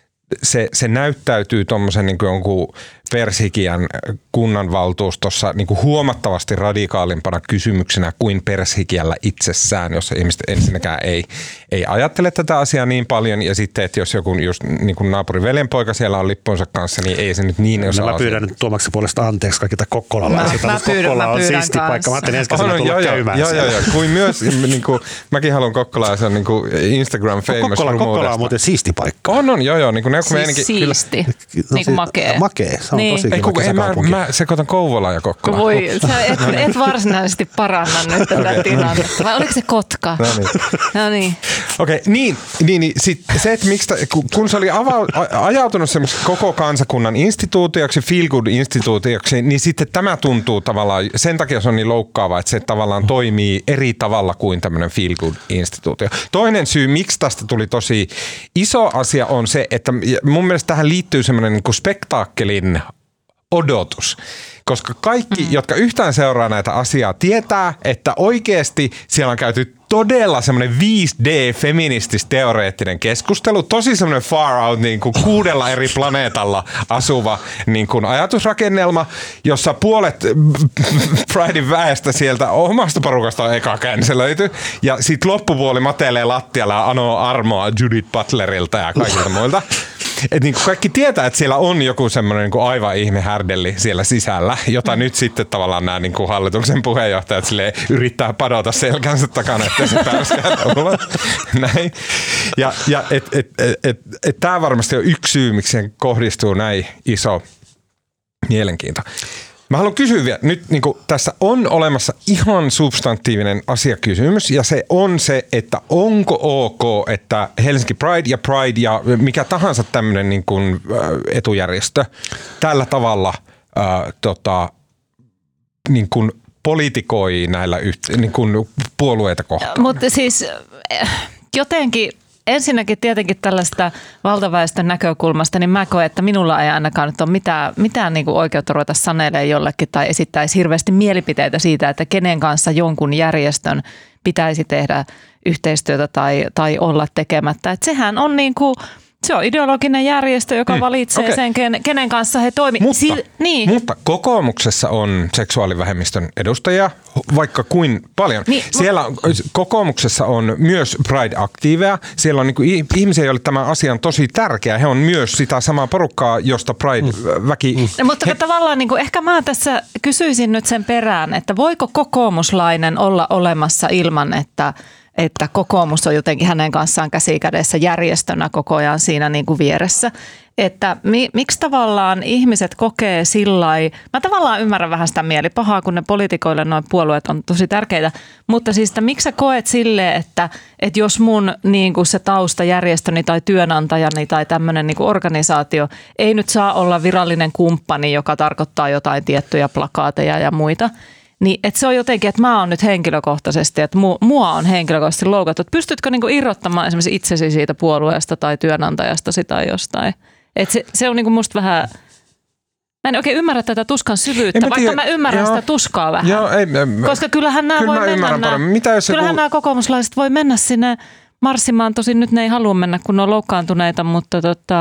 se näyttäytyy tuommoisen niin kuin jonkun Pershikian kunnanvaltuustossa niin kuin huomattavasti radikaalimpana kysymyksenä kuin Pershikialla itsessään, jossa ihmiset ensinnäkään ei ajattele tätä asiaa niin paljon. Ja sitten, että jos joku just niin kuin naapurin veljenpoika siellä on lippunsa kanssa, niin ei se nyt niin osaa. Mä pyydän nyt Tuomaksen puolesta anteeksi kaikilta kokkolalaisia. Kokkola on siisti paikka. Mä ajattelin ensi kesänä tulla käymään. Joo. Kuin myös, niin kuin, mäkin haluan Kokkolaa ja se on niin kuin Instagram famous. Kokkola on muuten siisti paikka. On, joo. Niin kuin siis siisti, niin kuin makee. Makee, se on niin. tosi kiva mä sekoitan Kouvola ja Kokkola. Voi, sä et varsinaisesti paranna nyt tätä tilannetta. Vai oliko se Kotka? No niin. Okei, niin sit se, että miksi, kun se oli ajautunut semmoisen koko kansakunnan instituutioksi, feel good instituutioksi, niin sitten tämä tuntuu tavallaan, sen takia se on niin loukkaava, että se tavallaan toimii eri tavalla kuin tämmöinen feel good instituutio. Toinen syy, miksi tästä tuli tosi iso asia on se, että mun mielestä tähän liittyy semmoinen niin kuin spektaakkelin odotus. Koska kaikki, jotka yhtään seuraa näitä asiaa, tietää, että oikeasti siellä on käyty todella semmoinen 5D-feministis-teoreettinen keskustelu, tosi semmoinen far out niin kuin 6 eri planeetalla asuva niin kuin ajatusrakennelma, jossa puolet Pridein väestä sieltä omasta porukasta on eka känselöity, ja sitten loppupuoli matelee lattialla ja anoo armoa Judith Butlerilta ja kaikilta muilta. Et niin kaikki tietää, että siellä on joku semmoinen niin aivan ihme härdelli siellä sisällä, jota nyt sitten tavallaan nämä niin kuin hallituksen puheenjohtajat yrittää padota selkänsä takana, että se pääskää ulos. Näin. Ja tämä varmasti on yksi syy, miksi siihen kohdistuu näin iso mielenkiinto. Mä haluan kysyä vielä, nyt niin kuin tässä on olemassa ihan substantiivinen asiakysymys, ja se on se, että onko ok, että Helsinki Pride ja mikä tahansa tämmöinen niin kuin etujärjestö tällä tavalla niin kuin politikoi näillä niin kuin puolueita kohtaan. Mutta siis jotenkin ensinnäkin tietenkin tällaista valtaväestön näkökulmasta, niin mä koen, että minulla ei ainakaan nyt ole mitään niin kuin oikeutta ruveta sanelemaan jollekin tai esittäisi hirveästi mielipiteitä siitä, että kenen kanssa jonkun järjestön pitäisi tehdä yhteistyötä tai olla tekemättä. Että sehän on niin kuin, se on ideologinen järjestö, joka valitsee sen, kenen kanssa he toimivat. Mutta kokoomuksessa on seksuaalivähemmistön edustajia, vaikka kuin paljon. Siellä kokoomuksessa on myös Pride-aktiiveja. Siellä on niin ihmisiä, joille tämä asia on tosi tärkeä. He on myös sitä samaa porukkaa, josta Pride-väki... Mutta tavallaan niin kuin, ehkä mä tässä kysyisin nyt sen perään, että voiko kokoomuslainen olla olemassa ilman, että kokoomus on jotenkin hänen kanssaan käsi kädessä järjestönä koko ajan siinä niin kuin vieressä. Että miksi tavallaan ihmiset kokee sillai, mä tavallaan ymmärrän vähän sitä mielipahaa, kun ne poliitikoille noin puolueet on tosi tärkeitä, mutta siis että miksi sä koet silleen, että jos mun niin kuin se taustajärjestöni tai työnantajani tai tämmöinen niin kuin organisaatio ei nyt saa olla virallinen kumppani, joka tarkoittaa jotain tiettyjä plakaateja ja muita, niin että se on jotenkin, että mä oon nyt henkilökohtaisesti, että mua on henkilökohtaisesti loukattu. Että pystytkö niinku irrottamaan esimerkiksi itsesi siitä puolueesta tai työnantajastasi tai jostain? Että se on niinku musta vähän, mä en oikein ymmärrä tätä tuskan syvyyttä, vaikka mä ymmärrän sitä tuskaa vähän. Koska kyllähän nämä voi mennä, nämä kokoomuslaiset voi mennä sinne marssimaan. Tosin nyt ne ei halua mennä, kun ne on loukkaantuneita, mutta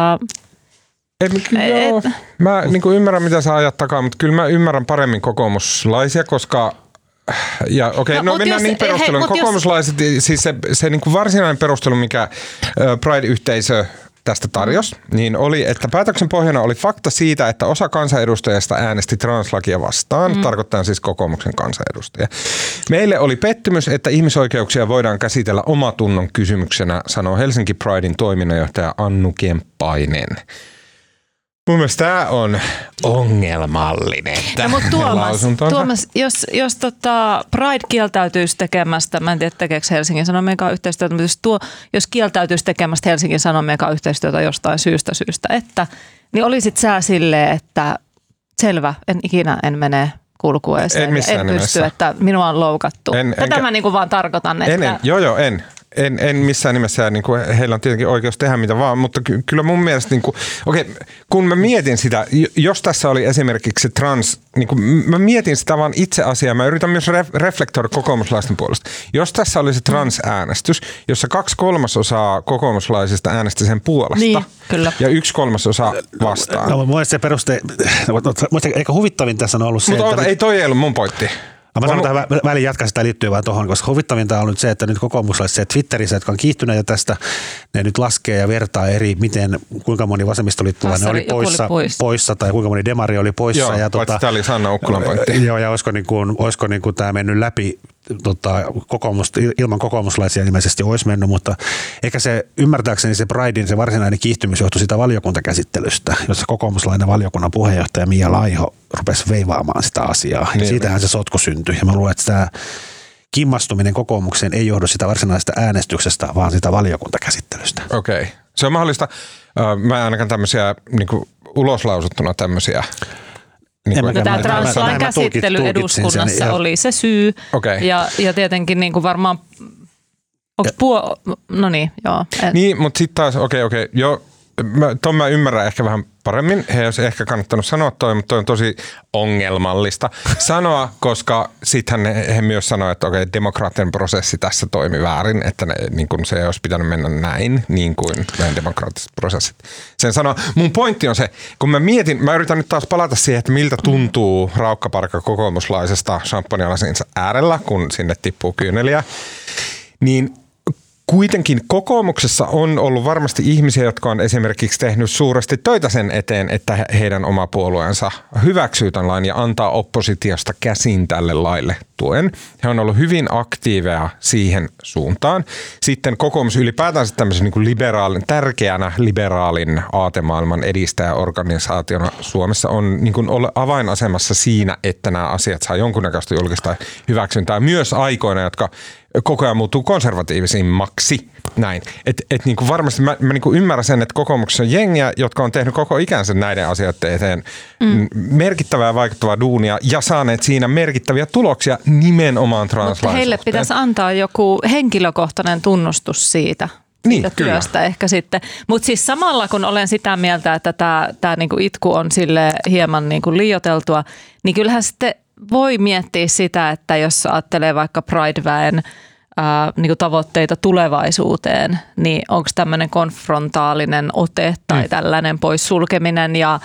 mä niin kuin ymmärrän, mitä sä ajat takaa, mutta kyllä mä ymmärrän paremmin kokoomuslaisia, koska... Ja okei, mennään niihin perusteluun. Kokoomuslaiset, siis se niin kuin varsinainen perustelu, mikä Pride-yhteisö tästä tarjosi, niin oli, että päätöksen pohjana oli fakta siitä, että osa kansanedustajista äänesti translakia vastaan, tarkoittaen siis kokoomuksen kansanedustajia. Meille oli pettymys, että ihmisoikeuksia voidaan käsitellä omatunnon kysymyksenä, sanoo Helsinki Pridein toiminnanjohtaja Annu Kemppainen. Mun mielestä tämä on ongelmallinen mutta Tuomas, jos Pride kieltäytyisi tekemästä, mä en tiedä tekeekö Helsingin Sanomien yhteistyötä, mutta jos kieltäytyisi tekemästä Helsingin Sanomien yhteistyötä jostain syystä, että, niin olisit sä silleen, että selvä, en mene kulkueeseen. En pysty, että minua on loukattu. Tätä mä niinku vaan tarkoitan. Että... En missään nimessä, niin kuin heillä on tietenkin oikeus tehdä mitä vaan, mutta kyllä mun mielestä, niin kuin, kun mä mietin sitä, jos tässä oli esimerkiksi trans, niin kuin, mä mietin sitä vaan itse asiaa, mä yritän myös reflektoida kokoomuslaisten puolesta. Jos tässä oli se transäänestys, jossa 2/3 kokoomuslaisista äänesti sen puolesta niin, kyllä. Ja 1/3 vastaan. No mun mielestä se peruste, eikä huvittavin tässä on ollut se, mutta ei toi ei ollut mun pointti. Mä sanon tähän väliin jatkaa sitä liittyy vaan tuohon, koska huvittavinta on nyt se, että nyt kokoomuslaiset Twitterissä, jotka on kiihtyneitä tästä, ne nyt laskee ja vertaa kuinka moni vasemmistoliittolainen oli poissa tai kuinka moni demari oli poissa. Joo, ja tämä oli Sanna Ukkolan pointti. Joo, ja olisiko tämä mennyt läpi ilman kokoomuslaisia ilmeisesti olisi mennyt, mutta ehkä se ymmärtääkseni se Pridein se varsinainen kiihtymys johtui sitä valiokuntakäsittelystä, jossa kokoomuslainen valiokunnan puheenjohtaja Mia Laiho rupesi veivaamaan sitä asiaa. Niin, siitähän se sotku syntyi. Ja mä luulen, että tämä kimmastuminen kokoomukseen ei johdu sitä varsinaisesta äänestyksestä, vaan sitä valiokuntakäsittelystä. Okei. Se on mahdollista. Mä ainakaan tämmöisiä niin kuin uloslausuttuna tämmöisiä. Tämä translain käsittely eduskunnassa oli se syy. Okay. Ja tietenkin niin kuin varmaan, no niin, joo. Niin, mutta sitten taas, joo. Tuon mä ymmärrän ehkä vähän paremmin. He olisi ehkä kannattanut sanoa toi, mutta toi on tosi ongelmallista sanoa, koska sittenhän he myös sanoivat, että demokraattinen prosessi tässä toimi väärin, että niin kun se ei olisi pitänyt mennä näin, niin kuin meidän demokraattiset prosessit sen sanoo. Mun pointti on se, kun mä yritän nyt taas palata siihen, että miltä tuntuu raukkaparka kokoomuslaisesta champagnelasinsa äärellä, kun sinne tippuu kyyneliä, niin kuitenkin kokoomuksessa on ollut varmasti ihmisiä, jotka on esimerkiksi tehnyt suuresti töitä sen eteen, että heidän oma puolueensa hyväksyy tämän lain ja antaa oppositiosta käsin tälle laille tuen. He on ollut hyvin aktiiveja siihen suuntaan. Sitten kokoomus ylipäätään tämmöisen niin kuin tärkeänä liberaalin aatemaailman edistäjäorganisaationa Suomessa on niin kuin ollut avainasemassa siinä, että nämä asiat saa jonkunnäköistä julkista hyväksyntää myös aikoina, jotka koko ajan muuttuu konservatiivisimmaksi. Näin. Et niin kuin varmasti mä niin kuin ymmärrän sen, että kokoomuksessa on jengiä, jotka on tehnyt koko ikänsä näiden asioiden eteen merkittävää ja vaikuttavaa duunia ja saaneet siinä merkittäviä tuloksia nimenomaan translaisuuteen. Mutta heille pitäisi antaa joku henkilökohtainen tunnustus siitä. Niin, työstä ehkä sitten. Mutta siis samalla kun olen sitä mieltä, että tämä niinku itku on sille hieman niinku liioiteltua, niin kyllähän sitten voi miettiä sitä, että jos ajattelee vaikka Pride-väen niinku tavoitteita tulevaisuuteen, niin onko tämmöinen konfrontaalinen ote tai tällainen poissulkeminen ja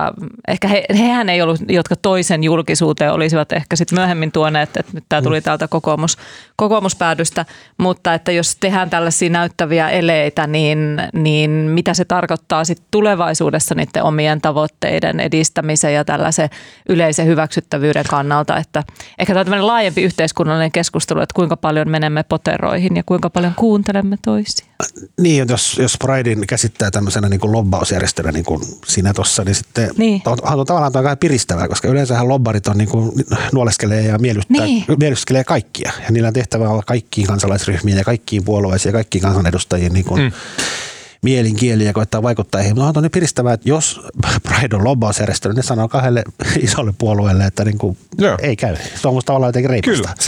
ehkä hehän ei ollut, jotka toisen julkisuuteen olisivat ehkä sitten myöhemmin tuoneet, että nyt tämä tuli täältä kokoomuspäädystä, mutta että jos tehdään tällaisia näyttäviä eleitä, niin mitä se tarkoittaa sitten tulevaisuudessa niiden omien tavoitteiden edistämisen ja tällaisen yleisen hyväksyttävyyden kannalta, että ehkä tämä on tämmöinen laajempi yhteiskunnallinen keskustelu, että kuinka paljon menemme poteroihin ja kuinka paljon kuuntelemme toisia. Niin, jos Pridein käsittää tämmöisenä niin kuin lobbausjärjestönä niin kuin sinä tuossa, niin sitten on tavallaan aika piristävää, koska yleensähän lobbarit on niin kuin nuoleskelee ja miellyttelee kaikkia. Ja niillä on tehtävä olla kaikkiin kansalaisryhmiin ja kaikkiin puolueisiin ja kaikkiin kansanedustajiin niin kuin mielinkieliä ja koittaa vaikuttaa heihin. Mutta on nyt piristävää, että jos Pride on lobbausjärjestö, niin ne sanoo kahdelle isolle puolueelle, että niinku ei käy. Se on musta tavallaan jotenkin reipasta. Kyllä,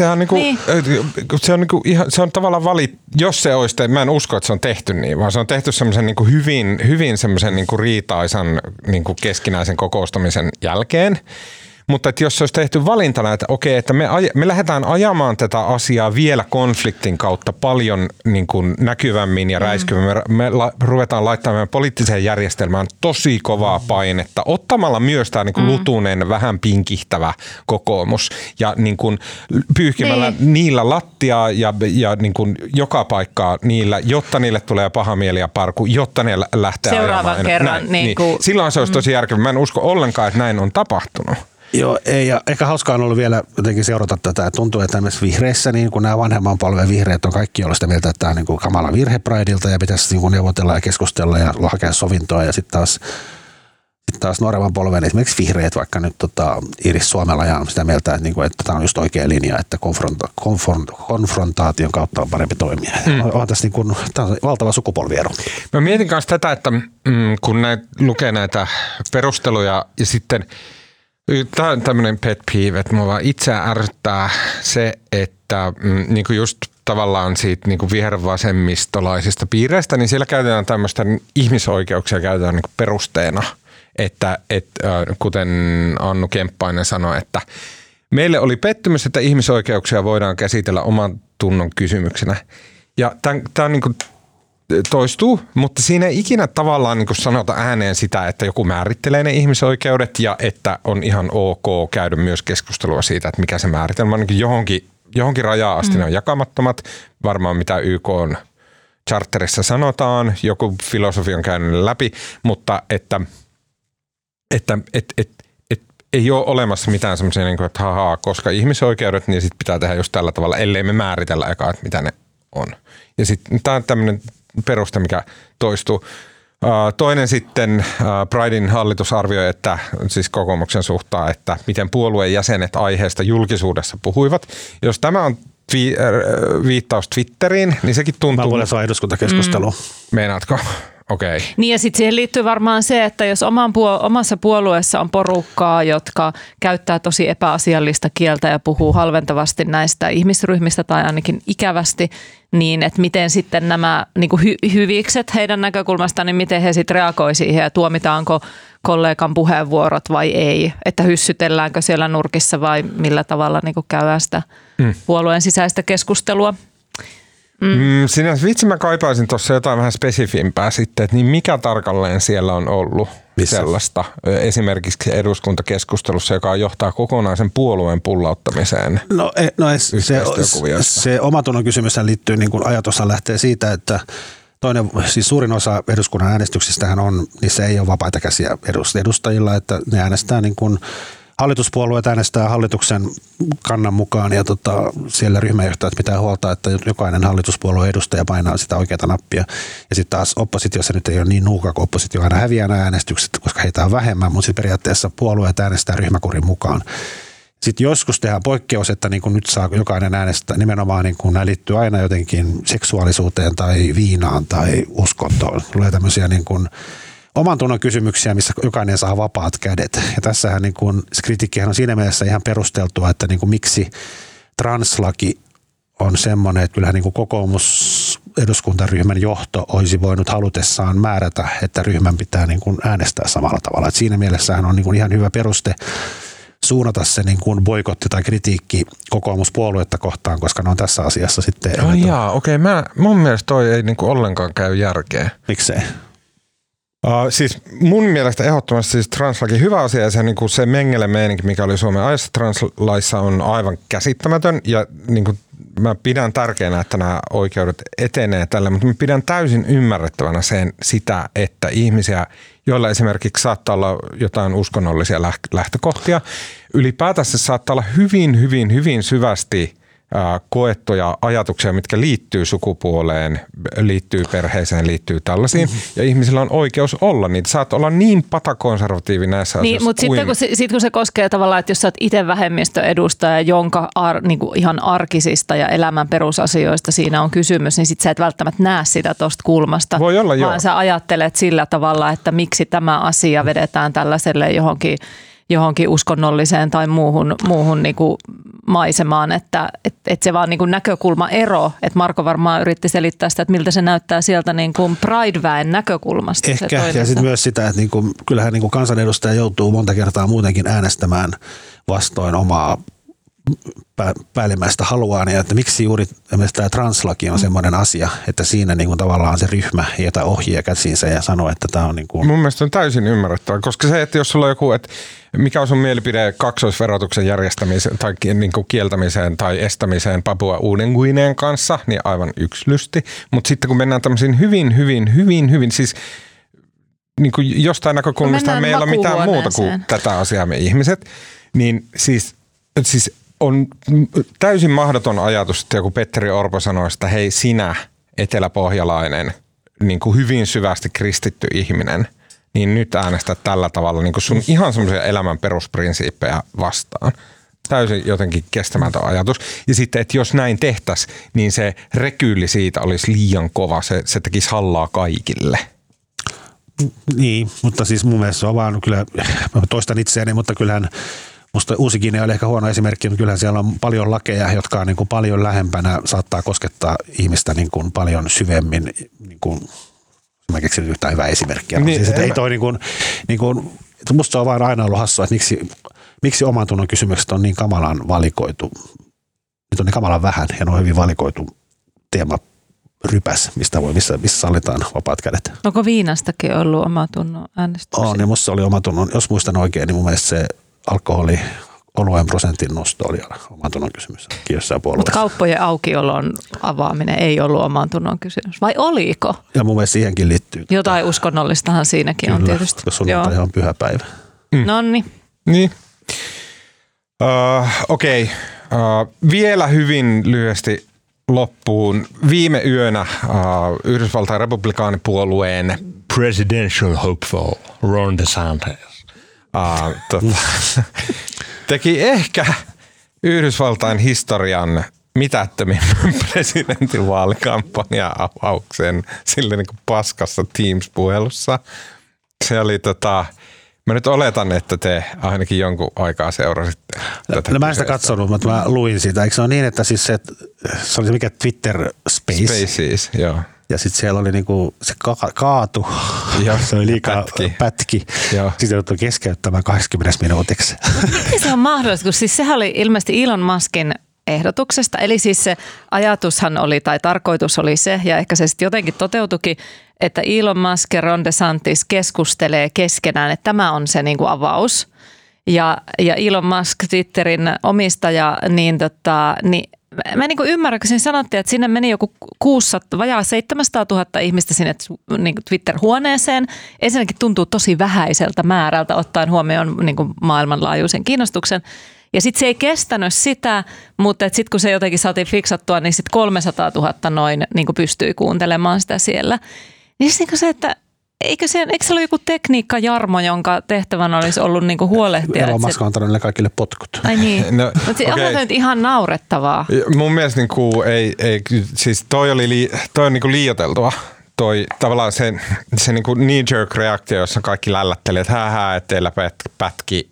se on tavallaan jos se olisi, mä en usko, että se on tehty niin, vaan se on tehty semmoisen niinku hyvin semmoisen niinku riitaisan niinku keskinäisen kokoustamisen jälkeen. Mutta että jos se olisi tehty valintana, että okei, että me lähdetään ajamaan tätä asiaa vielä konfliktin kautta paljon niin kuin näkyvämmin ja räiskyvämmin. Me ruvetaan laittamaan poliittiseen järjestelmään tosi kovaa painetta, ottamalla myös tämä niin kuin lutunen, vähän pinkihtävä kokoomus ja niin kuin pyyhkimällä niillä lattiaa ja niin kuin joka paikkaa niillä, jotta niille tulee paha mieli ja parku, jotta ne lähtee seuraavan ajamaan. Kerran. Niin. Silloin se olisi tosi järkevää. Mä en usko ollenkaan, että näin on tapahtunut. Joo, ei, ja ehkä hauskaa on ollut vielä jotenkin seurata tätä. Tuntuu, että esimerkiksi vihreissä, niin kun nämä vanhemman polven vihreät on kaikki ollut sitä mieltä, että tämä on niin kuin kamala virhe Prideilta ja pitäisi niin kuin neuvotella ja keskustella ja hakea sovintoa. Ja sitten taas Sitten taas nuoremman polven, esimerkiksi vihreät, vaikka nyt Iiris Suomela on sitä mieltä, että tämä on just oikea linja, että konfrontaation kautta on parempi toimia. On tässä tämä on valtava sukupolviero. Mä mietin myös tätä, että kun lukee näitä perusteluja ja sitten tämä on tämmöinen pet peeve, että mua vaan itseään ärsyttää se, että niin kuin just tavallaan siitä niin kuin vihervasemmistolaisista piireistä, niin siellä käytetään tämmöistä ihmisoikeuksia käytetään niin kuin perusteena, että kuten Annu Kemppainen sanoi, että meille oli pettymys, että ihmisoikeuksia voidaan käsitellä oman tunnon kysymyksenä. Ja tämä on niin kuin toistuu, mutta siinä ei ikinä tavallaan niin kuin sanota ääneen sitä, että joku määrittelee ne ihmisoikeudet ja että on ihan ok käydä myös keskustelua siitä, että mikä se määritelmä on. Niin johonkin rajaan asti ne on jakamattomat, varmaan mitä YK on charterissa sanotaan, joku filosofi on käynyt läpi, mutta että ei ole olemassa mitään semmoisia, niin että koska ihmisoikeudet, niin sitten pitää tehdä just tällä tavalla, ellei me määritellä eka, että mitä ne on. Ja sitten tämä on tämmöinen peruste, mikä toistuu. Toinen sitten Pridein hallitus arvioi, että siis kokoomuksen suhtaa, että miten puolueen jäsenet aiheesta julkisuudessa puhuivat. Jos tämä on viittaus Twitteriin, niin sekin tuntuu. Mä voin saada eduskuntakeskustelua. Meinaatko? Okei. Okay. Niin ja sitten siihen liittyy varmaan se, että jos omassa puolueessa on porukkaa, jotka käyttää tosi epäasiallista kieltä ja puhuu halventavasti näistä ihmisryhmistä tai ainakin ikävästi, niin että miten sitten nämä niin kuin hyvikset heidän näkökulmastaan, niin miten he sitten reagoi siihen ja tuomitaanko kollegan puheenvuorot vai ei, että hyssytelläänkö siellä nurkissa vai millä tavalla niin kuin käydään sitä puolueen sisäistä keskustelua. Sinänsä vitsi mä kaipaisin tuossa jotain vähän spesifimpää sitten, että niin mikä tarkalleen siellä on ollut sellaista esimerkiksi eduskuntakeskustelussa, joka johtaa kokonaisen puolueen pullauttamiseen se omatunnon kysymys liittyy, niin kuin ajatushan lähtee siitä, että siis suurin osa eduskunnan äänestyksistähän on, niissä ei ole vapaita käsiä edustajilla, että ne äänestää niin kuin hallituspuolueet äänestää hallituksen kannan mukaan ja siellä ryhmäjohtajat pitää huolta, että jokainen hallituspuolueen edustaja painaa sitä oikeaa nappia. Ja sitten taas oppositiossa nyt ei ole niin nuuka, kun oppositio aina häviää nämä äänestykset, koska heitä on vähemmän, mutta sitten periaatteessa puolueet äänestää ryhmäkurin mukaan. Sitten joskus tehdään poikkeus, että niin kuin nyt saa jokainen äänestää, nimenomaan niin kuin nämä liittyy aina jotenkin seksuaalisuuteen tai viinaan tai uskontoon. Tulee tämmöisiä niin kuin oman tunnon kysymyksiä, missä jokainen saa vapaat kädet. Ja tässähän niin kuin, kritiikkihän on siinä mielessä ihan perusteltua, että niin kuin, miksi translaki on semmoinen, että kyllähän niin kuin kokoomus eduskuntaryhmän johto olisi voinut halutessaan määrätä, että ryhmän pitää niin kuin äänestää samalla tavalla. Et siinä mielessähän on niin kuin ihan hyvä peruste suunnata se niin kuin boikotti tai kritiikki kokoomuspuoluetta kohtaan, koska ne on tässä asiassa sitten. Mun mielestä toi ei niin kuin ollenkaan käy järkeä. Miksei? Siis mun mielestä ehdottomasti siis translaki hyvä asia ja se, niin kuin se mengele meininki, mikä oli Suomen ajassa translaissa on aivan käsittämätön ja niin kuin mä pidän tärkeänä, että nämä oikeudet etenee tällä, mutta mä pidän täysin ymmärrettävänä sitä, että ihmisiä, joilla esimerkiksi saattaa olla jotain uskonnollisia lähtökohtia, ylipäätänsä saattaa olla hyvin, hyvin, hyvin syvästi koettuja ajatuksia, mitkä liittyy sukupuoleen, liittyy perheeseen, liittyy tällaisiin. Ja ihmisillä on oikeus olla niitä. Saat olla niin patakonservatiivi näissä asioissa. Mutta sitten kun se koskee tavallaan, että jos sä oot itse vähemmistöedustaja, jonka niinku ihan arkisista ja elämän perusasioista siinä on kysymys, niin sit sä et välttämättä näe sitä tosta kulmasta. Voi olla, vaan sä ajattelet sillä tavalla, että miksi tämä asia vedetään tällaiselle johonkin uskonnolliseen tai muuhun niinku maisemaan, että se vaan niinku näkökulmaero, että Marko varmaan yritti selittää sitä, että miltä se näyttää sieltä niinku Pride-väen näkökulmasta. Ehkä, ja sitten myös sitä, että niinku, kyllähän niinku kansanedustaja joutuu monta kertaa muutenkin äänestämään vastoin omaa päällimmäistä haluaan, ja että miksi juuri tämä translaki on semmoinen asia, että siinä niin kuin tavallaan se ryhmä jätä ohjia käsiinsä ja sanoo, että tämä on niin kuin... Mun mielestä on täysin ymmärrettävää, koska se, että jos sulla on joku, että mikä on sun mielipide kaksoisverotuksen järjestämiseen tai niin kuin kieltämiseen tai estämiseen Papua Uuden-Guineen kanssa, niin aivan yksi lysti. Mutta sitten kun mennään tämmöisiin hyvin, siis niin kuin jostain näkökulmasta meillä ei ole mitään muuta kuin tätä asiaa me ihmiset, niin siis on täysin mahdoton ajatus, että joku Petteri Orpo sanoi, että hei sinä eteläpohjalainen, niin kuin hyvin syvästi kristitty ihminen, niin nyt äänestä tällä tavalla niin kuin sun ihan semmoisia elämän perusprinsiippejä vastaan. Täysin jotenkin kestämätön ajatus. Ja sitten, että jos näin tehtäisiin, niin se rekyyli siitä olisi liian kova. Se tekisi hallaa kaikille. Niin, mutta siis mun mielestä se on vaan kyllä, mä toistan itseäni, mutta kyllähän musta Uusi Guinea oli ehkä huono esimerkki, mutta kyllähän siellä on paljon lakeja, jotka on niin kuin paljon lähempänä, saattaa koskettaa ihmistä niin kuin paljon syvemmin. Niin kuin, mä keksin yhtään hyvää esimerkkiä. Niin, siis, ei toi niin kuin, musta se on vaan aina ollut hassua, että miksi oman tunnon kysymykset on niin kamalan valikoitu. Nyt on niin kamalan vähän ja ne on hyvin valikoitu teemarypäs, missä sallitaan vapaat kädet. Onko viinastakin ollut omatunnon äänestyksiä? On, ja musta oli omatunnon, jos muistan oikein, niin mun mielestä se alkoholi oluen prosentin nosto oli omatunnon kysymys jossain puolueessa. Mutta kauppojen aukiolon avaaminen ei ollut omatunnon kysymys, vai oliko? Ja mun mielestä siihenkin liittyy. Jotain uskonnollistahan siinäkin kyllä, on tietysti. Koska sunnuntai on pyhäpäivä. Nonni. Niin. Okei. Vielä hyvin lyhyesti loppuun. Viime yönä Yhdysvaltain republikaanipuolueen presidential hopeful Ron DeSantis teki ehkä Yhdysvaltain historian mitättömimmän presidentinvaalikampanjan avauksen sille niin kuin paskassa Teams-puhelussa. Se oli mä nyt oletan, että te ainakin jonkun aikaa seurasitte tätä. No mä en sitä katsonut, mutta mä luin sitä. Eikö se ole niin, että siis se oli se mikä Twitter Spaces, joo. Ja sitten siellä oli niinku, se kaatu, se oli liikaa pätki. Sitten joutui keskeyttämään 20 minuutiksi. Miten se on mahdollista, kun siis sehän oli ilmeisesti Elon Muskin ehdotuksesta. Eli siis se ajatushan oli tai tarkoitus oli se, ja ehkä se sitten jotenkin toteutuikin, että Elon Musk ja Ron DeSantis keskustelee keskenään, että tämä on se niinku avaus. Ja Elon Musk, Twitterin omistaja, niin mä en ymmärrä, kun siinä sanottiin, että sinne meni joku 700 000 ihmistä sinne niin Twitter-huoneeseen. Ensinnäkin tuntuu tosi vähäiseltä määrältä ottaen huomioon niin maailmanlaajuisen kiinnostuksen. Ja sitten se ei kestänyt sitä, mutta sitten kun se jotenkin saatiin fiksattua, niin sitten 300 000 noin niin pystyi kuuntelemaan sitä siellä. Niin se, että eikö se ole joku tekniikkajarmo, jonka tehtävänä olisi ollut niinku huolehtia? Elon Musk on antanut niille kaikille potkut. Ai niin, mutta onko se nyt ihan naurettavaa? Mun mielestä niinku ei siis toi on niinku liioiteltua. Tavallaan se niinku knee-jerk reaktio, jossa kaikki lällättelee, että että teillä pätki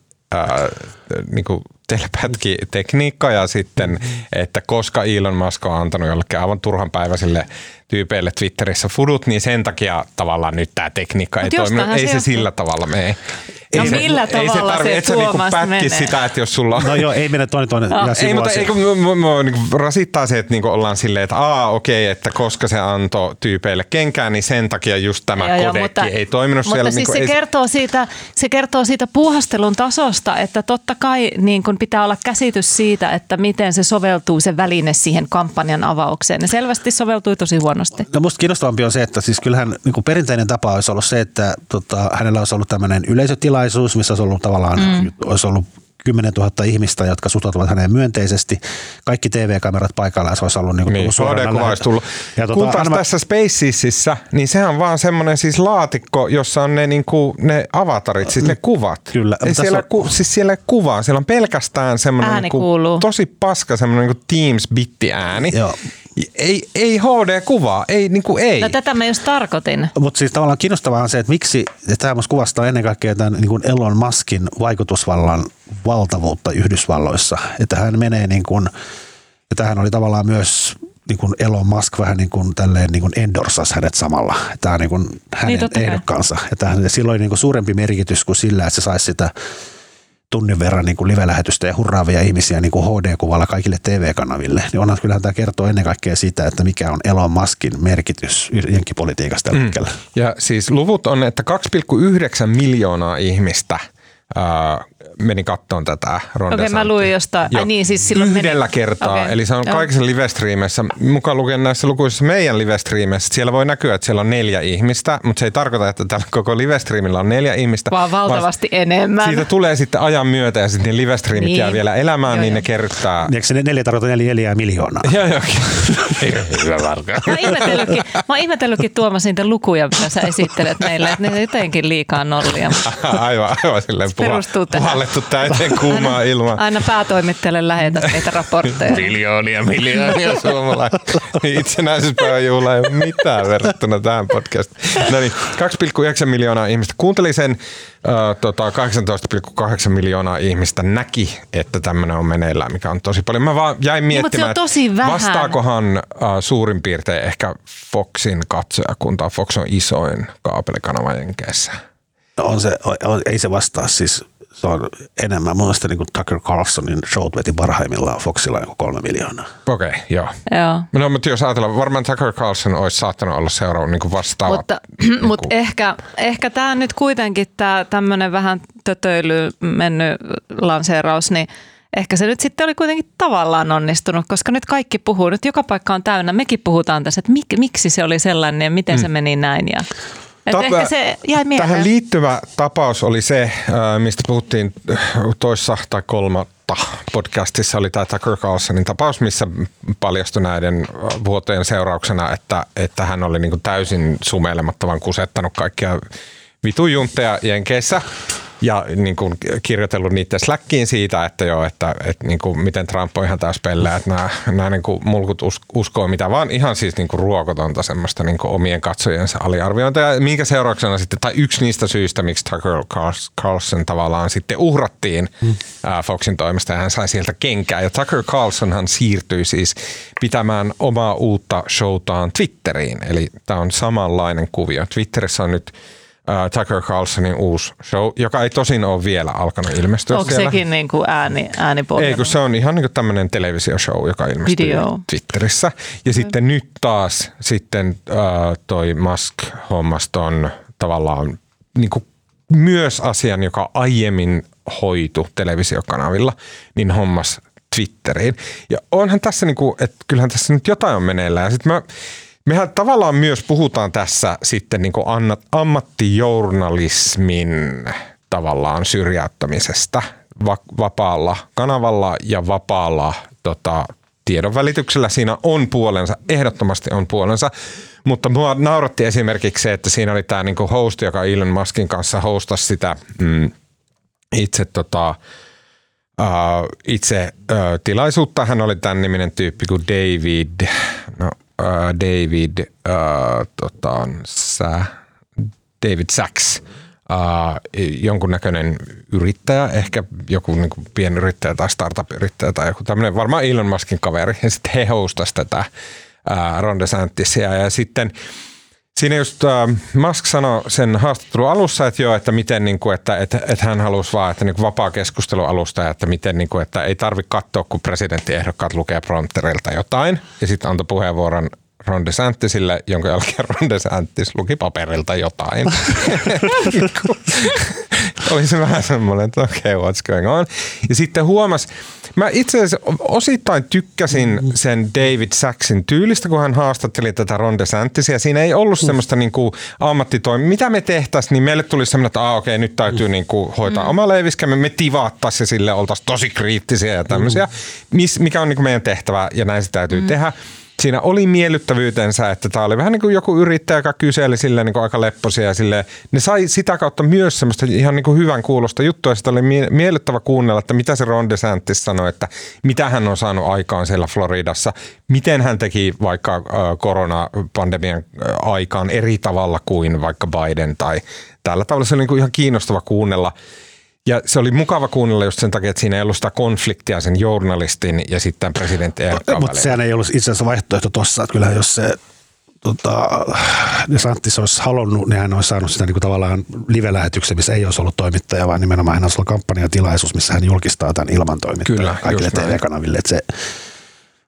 niinku teillä pätki tekniikka ja sitten, että koska Elon Musk on antanut jollekin aivan turhanpäiväisille tyypeille Twitterissä fudut, niin sen takia tavallaan nyt tämä tekniikka ei toimi. Ei se sillä tavalla mene. No millä tavalla se Tuomas menee? Sitä, että jos sulla on... No joo, ei mene toinen. Ei, mutta niinku rasittaa se, että niinku ollaan silleen, että että koska se antoi tyypeille kenkään, niin sen takia just tämä kodekki ei toiminut siellä. Mutta siis se kertoo siitä puuhastelun tasosta, että totta kai niin kun pitää olla käsitys siitä, että miten se soveltuu se väline siihen kampanjan avaukseen. Ne selvästi soveltui tosi huonosti. No musta kiinnostavampi on se, että siis kyllähän niin perinteinen tapa olisi ollut se, että hänellä olisi ollut tämmöinen yleisötilaisuus, missä olisi ollut tavallaan, olisi ollut 10 000 ihmistä, jotka suhtautuvat häneen myönteisesti. Kaikki TV-kamerat paikalla, se olisi ollut niin suorana tullut. Kun taas tässä Spacesissa, niin sehän on vaan semmoinen siis laatikko, jossa on ne avatarit, siis ne kuvat. Kyllä. Ei siis siellä ei kuvaa, siellä on pelkästään semmoinen tosi paska semmoinen Teams-bitti-ääni. Joo. Ei HD-kuvaa, ei. No tätä mä just tarkoitin. Mutta siis tavallaan kiinnostavaa on se, että miksi, tämä musta kuvastaa ennen kaikkea tämän niin kuin Elon Muskin vaikutusvallan valtavuutta Yhdysvalloissa. Että hän menee niin kuin, ja tämähän oli tavallaan myös niin kuin Elon Musk vähän niin kuin tälleen niin kuin endorsasi hänet samalla. Tämä on niin kuin hänen ehdokkaansa. Ja sillä oli niin kuin suurempi merkitys kuin sillä, että se saisi sitä tunnin verran niin kuin live-lähetystä ja hurraavia ihmisiä niin kuin HD-kuvalla kaikille TV-kanaville. Niin onhan kyllähän tämä kertoo ennen kaikkea siitä, että mikä on Elon Muskin merkitys jenkkipolitiikassa tällä hetkellä. Ja siis luvut on, että 2,9 miljoonaa ihmistä meni kattoon tätä Ron Okei, mä luin jostain. Niin, siis silloin yhdellä kertaa. Okay. Eli se on kaikissa live-striimeissä, mukaan lukien näissä lukuisissa meidän live-striimeissä. Siellä voi näkyä, että siellä on 4 ihmistä, mutta se ei tarkoita, että tällä koko live-striimillä on 4 ihmistä. Vaan valtavasti enemmän. Siitä tulee sitten ajan myötä ja sitten live-striimit jää vielä elämään, niin ne kerryttää. Eikö se 4 tarkoita 4 miljoonaa? Joo. Hyvä varkaan. Mä oon ihmetellytkin Tuomas niitä lukuja, mitä sä esittelet meille, että ne on jotenkin liikaa nollia. Aivan silleen puhallettu täyteen kuumaa ilmaa. Aina päätoimittajalle lähetät niitä raportteja. Miljoonia suomalaisia. Itsenäisyyspäivän juhla ei ole mitään verrattuna tähän podcastiin. No niin, 2,9 miljoonaa ihmistä kuunteli sen, 18,8 miljoonaa ihmistä näki, että tämmöinen on meneillään, mikä on tosi paljon. Mä vaan jäin miettimään, että vastaakohan suurin piirtein ehkä Foxin katsojakuntaa. Fox on isoin kaapelikanava Jenkeissä. Ei se vastaa siis. Se on enemmän. Mun mielestä niin kuin Tucker Carlsonin showt veti parhaimmillaan Foxilla joku 3 miljoonaa. Okei, joo. No, mutta jos ajatellaan, varmaan Tucker Carlson olisi saattanut olla seuraava niin vastaava. Mutta ehkä tämä nyt kuitenkin tämä tämmöinen vähän tötöily mennyt lanseeraus, niin ehkä se nyt sitten oli kuitenkin tavallaan onnistunut, koska nyt kaikki puhuu. Nyt joka paikka on täynnä. Mekin puhutaan tässä, että miksi se oli sellainen ja miten se meni näin ja... Ehkä se jäi mieleen. Tähän liittyvä tapaus oli se, mistä puhuttiin toissa tai kolmatta podcastissa, oli tämä Tucker Carlsonin tapaus, missä paljastui näiden vuotojen seurauksena, että hän oli niin kuin täysin sumeilemattavan kusettanut kaikkia vitujuntteja Jenkeissä. Ja niin kuin kirjoitellut niiden Slackiin siitä, että niin kuin miten Trump on ihan täys pelleä, että nämä niin kuin mulkut uskoo mitä vaan, ihan siis niin kuin ruokotonta semmoista niin kuin omien katsojensa aliarviointia. Ja minkä seurauksena sitten, tai yksi niistä syistä, miksi Tucker Carlson tavallaan sitten uhrattiin Foxin toimesta ja hän sai sieltä kenkää. Ja Tucker Carlsonhan siirtyi siis pitämään omaa uutta showtaan Twitteriin. Eli tämä on samanlainen kuvio. Twitterissä on nyt Tucker Carlsonin uusi show, joka ei tosin ole vielä alkanut ilmestyä onko siellä. Onko sekin niin kuin äänipohjana? Ei, kun se on ihan niin kuin tämmöinen televisioshow, joka ilmestyy Twitterissä. Ja sitten nyt taas toi Musk hommas ton tavallaan niin kuin myös asian, joka aiemmin hoitu televisiokanavilla, niin hommas Twitteriin. Ja onhan tässä niin kuin, että kyllähän tässä nyt jotain on meneillään. Ja sitten mehän tavallaan myös puhutaan tässä sitten niin kuin ammattijournalismin tavallaan syrjäyttämisestä vapaalla kanavalla ja vapaalla tiedonvälityksellä. Siinä on puolensa, ehdottomasti on puolensa, mutta mua nauratti esimerkiksi se, että siinä oli tämä niin kuin host, joka Elon Muskin kanssa hostasi sitä itse tilaisuutta. Hän oli tämän niminen tyyppi kuin David Sacks, jonkunnäköinen yrittäjä, ehkä joku niin kuin pienyrittäjä tai startup-yrittäjä tai joku tämmöinen, varmaan Elon Muskin kaveri. Ja sitten he hostasivat tätä Ron DeSantisia ja sitten siinä just Musk sanoi sen haastattelun alussa, että joo, että miten niin kuin, että hän halusi vaan, että niin kuin vapaa keskustelu alusta ja että miten niin kuin, että ei tarvitse katsoa, kun presidenttiehdokkaat lukee prompterilta jotain ja sitten antoi puheenvuoron Ron DeSantisille, jonka jälkeen Ron DeSantis luki paperilta jotain. Oli se vähän semmoinen, että okei, what's going on? Ja sitten huomasi, mä itse asiassa osittain tykkäsin sen David Sacksin tyylistä, kun hän haastatteli tätä Ron DeSantisia. Siinä ei ollut semmoista niin kuin ammattitoimia. Mitä me tehtäisiin, niin meille tuli semmoinen, että okei, nyt täytyy niin kuin hoitaa oma leiviskämme. Me tivaattaisiin ja sille oltaisiin tosi kriittisiä ja tämmöisiä, mikä on niin kuin meidän tehtävä ja näin se täytyy tehdä. Siinä oli miellyttävyytensä, että tämä oli vähän niin kuin joku yrittäjä, joka kyseli silleen niin kuin aika lepposia ja silleen. Ne sai sitä kautta myös semmoista ihan niin kuin hyvän kuulosta juttua. Sitä oli miellyttävä kuunnella, että mitä se Ron DeSantis sanoi, että mitä hän on saanut aikaan siellä Floridassa. Miten hän teki vaikka koronapandemian aikaan eri tavalla kuin vaikka Biden tai tällä tavalla. Se oli niin kuin ihan kiinnostava kuunnella. Ja se oli mukava kuunnella just sen takia, että siinä ei ollut sitä konfliktia sen journalistin ja sitten presidenttiehdokkaan välillä. Mutta sehän ei ollut itse asiassa vaihtoehto tuossa, että kyllähän jos se DeSantis olisi halunnut, niin hän olisi saanut sitä niin kuin tavallaan live-lähetyksen, missä ei olisi ollut toimittaja, vaan nimenomaan hän olisi ollut kampanjatilaisuus, missä hän julkistaa tämän ilman toimittajaa kaikille TV-kanaville. Että se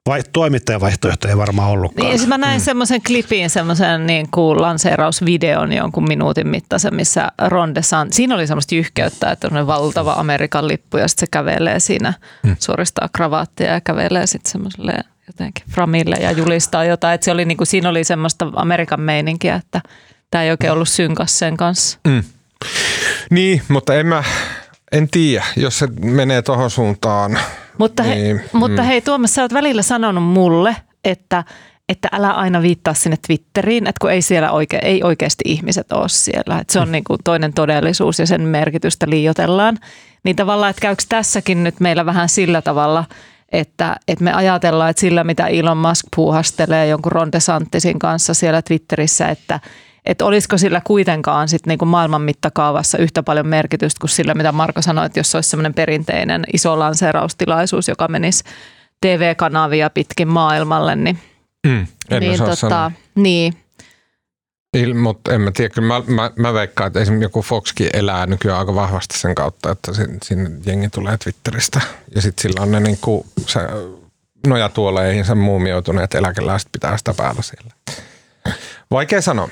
Toimittajan vaihtoehto ei varmaan ollutkaan. Niin, mä näin semmoisen klipin, semmoisen niin kuin lanseerausvideon jonkun minuutin mittaisen, missä Ron DeSantis, siinä oli semmoista jyhkeyttä, että on valtava Amerikan lippu ja sitten se kävelee siinä, suoristaa kravaattia ja kävelee sitten semmoiselle jotenkin framille ja julistaa jotain. Että se oli, niin kuin, siinä oli semmoista Amerikan meininkiä, että tämä ei oikein ollut synkäs sen kanssa. Niin, mutta en tiedä, jos se menee tohon suuntaan. Mutta hei Tuomas, sä oot välillä sanonut mulle, että älä aina viittaa sinne Twitteriin, että kun ei siellä ei oikeasti ihmiset ole siellä. Että se on niin kuin toinen todellisuus ja sen merkitystä liioitellaan. Niin tavallaan, että käykö tässäkin nyt meillä vähän sillä tavalla, että me ajatellaan, että sillä mitä Elon Musk puuhastelee jonkun Ron DeSantisin kanssa siellä Twitterissä, että olisiko sillä kuitenkaan sit niinku maailman mittakaavassa yhtä paljon merkitystä kuin sillä, mitä Marko sanoi, että jos olisi semmoinen perinteinen iso lanseeraustilaisuus, joka menisi TV-kanavia pitkin maailmalle, niin niin. Mutta en mä tiedä, kyllä mä veikkaan, että esimerkiksi joku Foxkin elää nykyään aika vahvasti sen kautta, että sinne jengi tulee Twitteristä ja sitten sillä on ne niinku se nojatuoleihinsa muumioituneet eläkeläiset pitää sitä päällä siellä. Vaikea sanoa.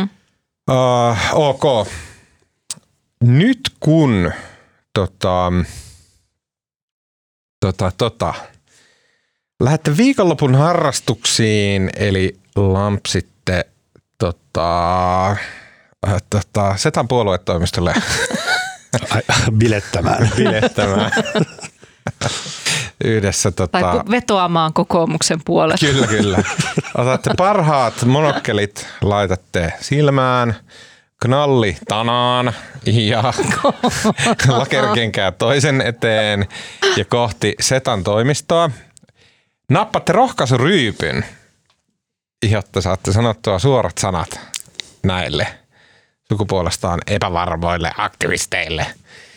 Ok. Nyt kun lähdette viikonlopun harrastuksiin, eli lampsitte Setan puoluetoimistolle bilettämään. Yhdessä tai vetoamaan kokoomuksen puolesta. Kyllä. Otatte parhaat monokkelit, laitatte silmään, knalli tanaan ja lakerkenkää toisen eteen ja kohti Setan toimistoa. Nappatte rohkaisuryypyn, jotta saatte sanottua suorat sanat näille sukupuolestaan epävarmoille aktivisteille.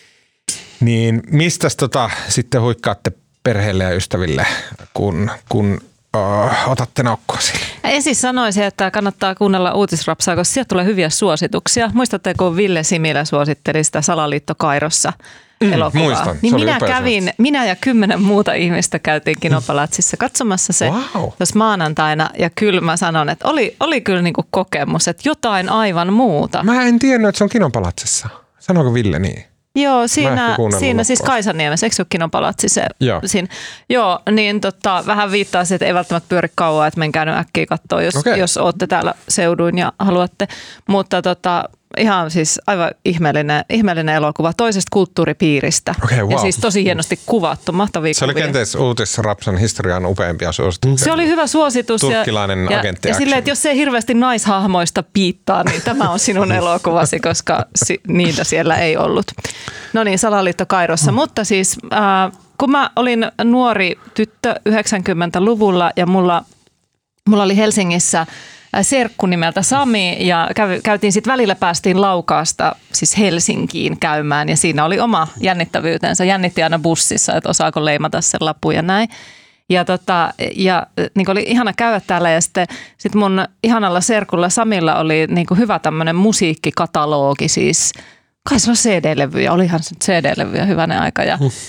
Niin mistäs sitten huikkaatte perheelle ja ystäville, kun otatte naukkoa sille? Ensin sanoisin, että kannattaa kuunnella Uutisrapsaa, koska sieltä tulee hyviä suosituksia. Muistatte, kun Ville Similä suositteli sitä Salaliitto Kairossa elokuvaa? Muistan. Niin minä ja 10 muuta ihmistä käytiin Kinopalatsissa katsomassa se tuossa maanantaina. Ja kyllä mä sanon, että oli kyllä niinku kokemus, että jotain aivan muuta. Mä en tiennyt, että se on Kinopalatsissa. Sanoiko Ville niin? Joo, siinä siis Kaisaniemessä, eikö se ole Kinopalatsi se? Joo, niin vähän viittaa se, että ei välttämättä pyöri kauan, että menkää nyt äkkiä katsoa, jos olette täällä seuduin ja haluatte. Mutta ihan siis aivan ihmeellinen elokuva toisesta kulttuuripiiristä. Wow. Ja siis tosi hienosti kuvattu, mahtavia Se oli kenties Uutisrapsan historian upeimpia suosituksia. Se oli hyvä suositus. Turkkilainen agentti. Ja silleen, että jos ei hirveästi naishahmoista piittaa, niin tämä on sinun elokuvasi, koska niitä siellä ei ollut. No niin, Salaliitto Kairossa. Mutta siis kun mä olin nuori tyttö 90-luvulla ja mulla oli Helsingissä serkku nimeltä Sami ja käytiin sitten välillä päästiin Laukaasta siis Helsinkiin käymään ja siinä oli oma jännittävyytensä. Jännitti aina bussissa, että osaako leimata sen lapun ja näin. Ja niin oli ihana käydä täällä ja sitten mun ihanalla serkulla Samilla oli niin hyvä tämmöinen musiikkikatalogi siis. Kai se on CD-levyjä, olihan se CD-levyjä hyvänen aika.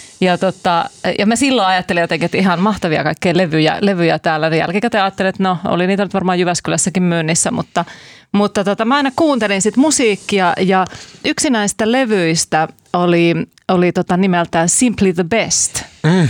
Ja mä silloin ajattelin jotenkin, että ihan mahtavia kaikkea levyjä täällä. Jälkikäteen ajattelin, että no oli niitä nyt varmaan Jyväskylässäkin myynnissä, mutta mä aina kuuntelin sit musiikkia ja yksi näistä levyistä oli nimeltään Simply the Best.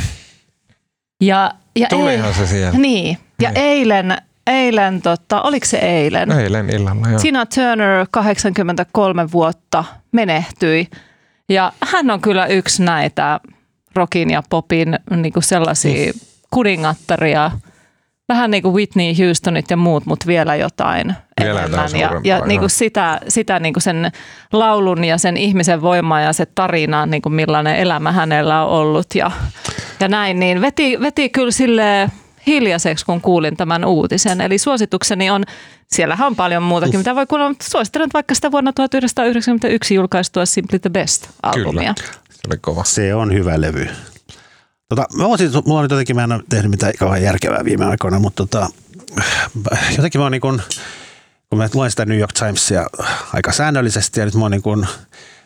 Tulihan se siellä. Niin, ja eilen, oliko se eilen? Eilen illalla, joo. Tina Turner 83 vuotta menehtyi ja hän on kyllä yksi näitä rockin ja popin niin kuin sellaisia kuningattaria. Vähän niin kuin Whitney Houstonit ja muut, mutta vielä jotain enemmän. Ja niin kuin sitä niin kuin sen laulun ja sen ihmisen voimaa ja se tarina, niin kuin millainen elämä hänellä on ollut ja näin, niin veti kyllä silleen hiljaiseksi, kun kuulin tämän uutisen. Eli suositukseni on, siellähän on paljon muutakin, mitä voi kuulla, mutta suosittelen vaikka sitä vuonna 1991 julkaistua Simply the Best-albumia. Kyllä, se oli kova. Se on hyvä levy. Mulla on nyt jotenkin, mä en ole tehnyt mitään kauhean järkevää viime aikoina, mutta jotenkin mä oon niin kun mä luen sitä New York Timesia aika säännöllisesti ja nyt mä oon niin kun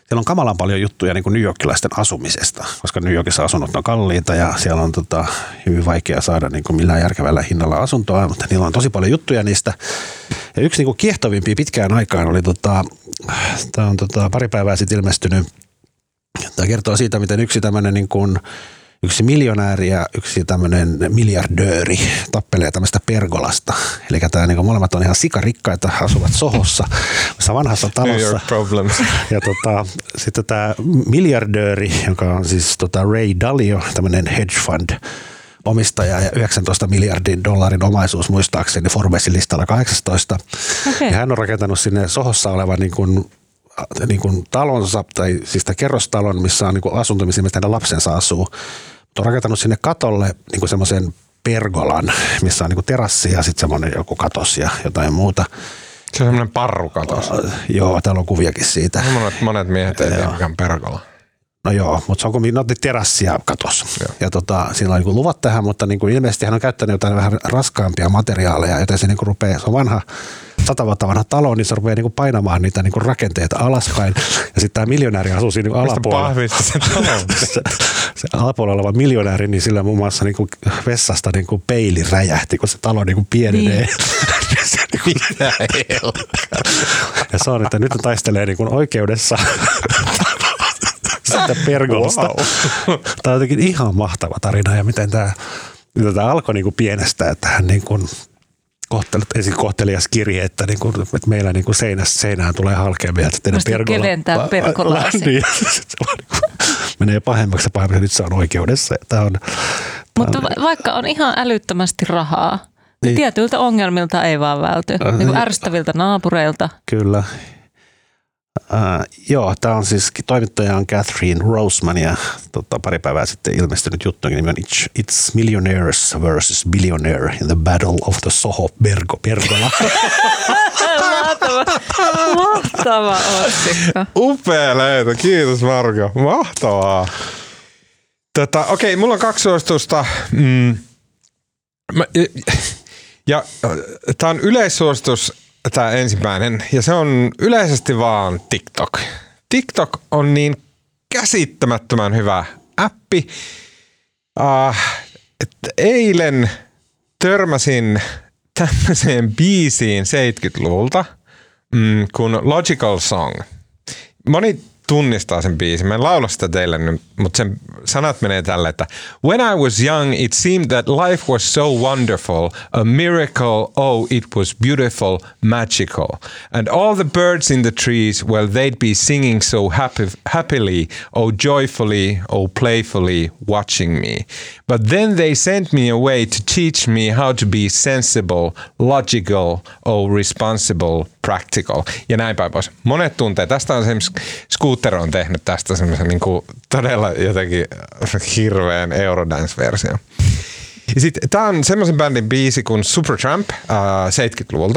siellä on kamalan paljon juttuja niin kuin New Yorkilaisten asumisesta, koska New Yorkissa asunnot on kalliita ja siellä on hyvin vaikea saada niin kuin millään järkevällä hinnalla asuntoa, mutta niillä on tosi paljon juttuja niistä. Ja yksi niin kuin kiehtovimpia pitkään aikaan oli, tämä on pari päivää sitten ilmestynyt, tämä kertoo siitä, miten yksi tämmöinen niin kuin yksi miljonääri ja yksi tämmöinen miljardööri tappelee tämmöistä pergolasta. Eli tämä niin molemmat on ihan sikarikkaita, asuvat Sohossa, vanhassa talossa. New York problems. Ja sitten tämä miljardööri, joka on siis Ray Dalio, tämmöinen hedge fund omistaja ja 19 miljardin dollarin omaisuus muistaakseni Forbesin listalla 18. Okay. Ja hän on rakentanut sinne Sohossa olevan niin kuin talonsa, tai siis kerrostalon, missä on niin kuin asunto, missä hänen lapsensa asuu. On rakentanut sinne katolle niin kuin semmoisen pergolan, missä on niin kuin terassi ja sitten semmoinen joku katos ja jotain muuta. Se on semmoinen parrukatos. Joo, täällä on kuviakin siitä. Monet miehet ei tiedä mikään pergola. No joo, mutta se on kuin terassi ja katos. Joo. Ja siinä on niin kuin luvat tähän, mutta niin kuin ilmeisesti hän on käyttänyt jotain vähän raskaampia materiaaleja, joten se niin kuin rupeaa, se on vanha 100 vuotta vanha talo, niin se rupeaa niin kuin painamaan niitä niin kuin rakenteita alaspäin. Ja sitten tämä miljonääri asuu siinä niin alapuolella. Mistä pahvisti se talo? Se alapuolella oleva miljonääri, niin sillä muun muassa niin kuin vessasta niin kuin peili räjähti, kun se talo niin kuin pienenee. Niin. Mitä ja se on, että nyt taistelee niin kuin oikeudessa sitä pergolasta. Wow. Tämä on jotenkin ihan mahtava tarina ja miten tämä alkoi niin kuin pienestä, että hän niin kuin kohtelias kirje, että, niin kuin, että meillä niin kuin seinään tulee halkeamia. Kelentää pergolaasi. Niin, menee pahemmaksi ja pahemmaksi, nyt se on oikeudessa. Mutta vaikka on ihan älyttömästi rahaa, niin tietyiltä ongelmilta ei vaan välty. Niin kuin ärsyttäviltä naapureilta. Kyllä. Joo, tämä on siis, toimittaja on Catherine Roseman ja pari päivää sitten ilmestynyt juttu, nimi on It's Millionaires versus Billionaire in the Battle of the Soho Pergola. Mahtava otsikko. Upea leito, kiitos Marko, mahtavaa. Okei, mulla on 2 suositusta. Tämä on yleissuositus, tämä ensimmäinen, ja se on yleisesti vaan TikTok. TikTok on niin käsittämättömän hyvä appi. Eilen törmäsin tämmöiseen biisiin 70-luvulta kuin Logical Song. Moni tunnistaa sen biisin. Mä en laula sitä teille nyt, mutta sen sanat menee tälle, että When I was young, it seemed that life was so wonderful, a miracle, oh, it was beautiful, magical. And all the birds in the trees, well, they'd be singing so happily, oh, joyfully, oh, playfully, watching me. But then they sent me away to teach me how to be sensible, logical, oh, responsible, practical. Ja näin päin pois. Monet tuntee. Tästä on esimerkiksi Scooter on tehnyt tästä semmoisen niin kuin todella jotenkin hirveän Eurodance-version. Ja sitten tää on semmoisen bändin biisi kuin Supertramp 70-luvulta.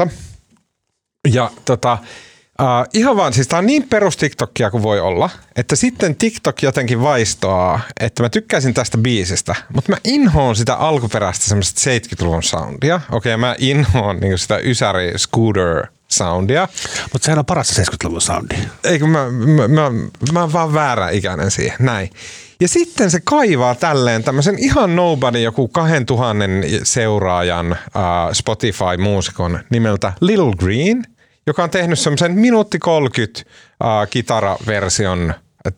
Ja ihan vaan, siis tää on niin perus TikTokia kuin voi olla, että sitten TikTok jotenkin vaistoaa, että mä tykkäisin tästä biisistä, mutta mä inhoon sitä alkuperäistä semmoista 70-luvun soundia. Okei, mä inhoon niin sitä Ysäri Scooter soundia. Mutta sehän on paras 70-luvun soundi. Eikö mä oon vaan väärä ikäinen siihen, näin. Ja sitten se kaivaa tälleen tämmöisen ihan nobody, joku 2000 seuraajan Spotify-muusikon nimeltä Little Green, joka on tehnyt semmoisen minuutti 30 kitaraversion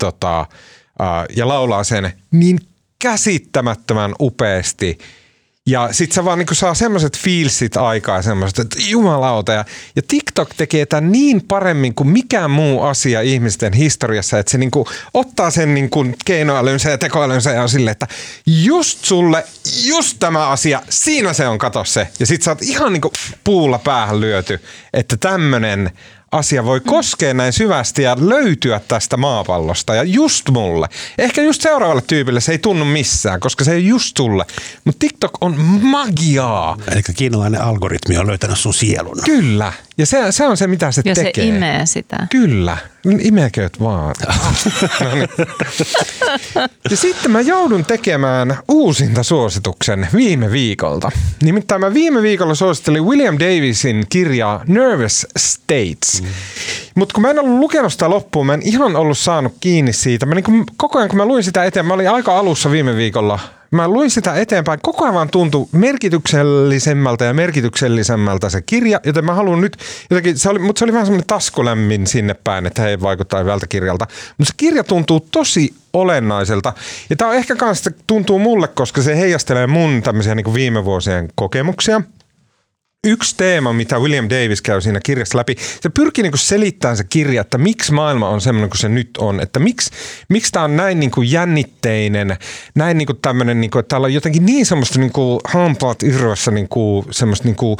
ja laulaa sen niin käsittämättömän upeasti. Ja sit se vaan niinku saa semmoiset feelsit aikaa semmoiset, että jumalauta. Ja TikTok tekee tämän niin paremmin kuin mikään muu asia ihmisten historiassa, että se niinku ottaa sen niinku keinoälynsä ja tekoälynsä ja on silleen, että just sulle, just tämä asia, siinä se on, kato se. Ja sit sä oot ihan niinku puulla päähän lyöty, että tämmönen asia voi koskea näin syvästi ja löytyä tästä maapallosta ja just mulle. Ehkä just seuraavalle tyypille se ei tunnu missään, koska se ei just sulle. Mutta TikTok on magiaa. Eli kiinalainen algoritmi on löytänyt sun sielun. Kyllä. Ja se on se, mitä se ja tekee. Ja se imee sitä. Kyllä. Imekööt vaan. No niin. Ja sitten mä joudun tekemään uusinta suosituksen viime viikolta. Nimittäin mä viime viikolla suosittelin William Davisin kirjaa Nervous States. Mutta kun mä en ollut lukenut sitä loppuun, mä en ihan ollut saanut kiinni siitä. Mä koko ajan kun mä luin sitä eteen, mä olin aika alussa viime viikolla. Mä luin sitä eteenpäin, koko ajan vaan tuntui merkityksellisemmältä ja merkityksellisemmältä se kirja, joten mä haluan nyt jotenkin, mutta se oli vähän semmoinen taskulämmin sinne päin, että hei, vaikuttaa hyvältä kirjalta. Mutta se kirja tuntuu tosi olennaiselta ja tää on ehkä kanssa tuntuu mulle, koska se heijastelee mun tämmöisiä niin kuin viime vuosien kokemuksia. Yksi teema, mitä William Davis käy siinä kirjassa läpi, se pyrkii niinku selittämään se kirja, että miksi maailma on semmoinen kuin se nyt on, että miksi tämä on näin niinku jännitteinen, näin niinku tämmöinen, niinku, että täällä on jotenkin niin semmoista niinku hampaat irrossa niinku, semmoista niinku,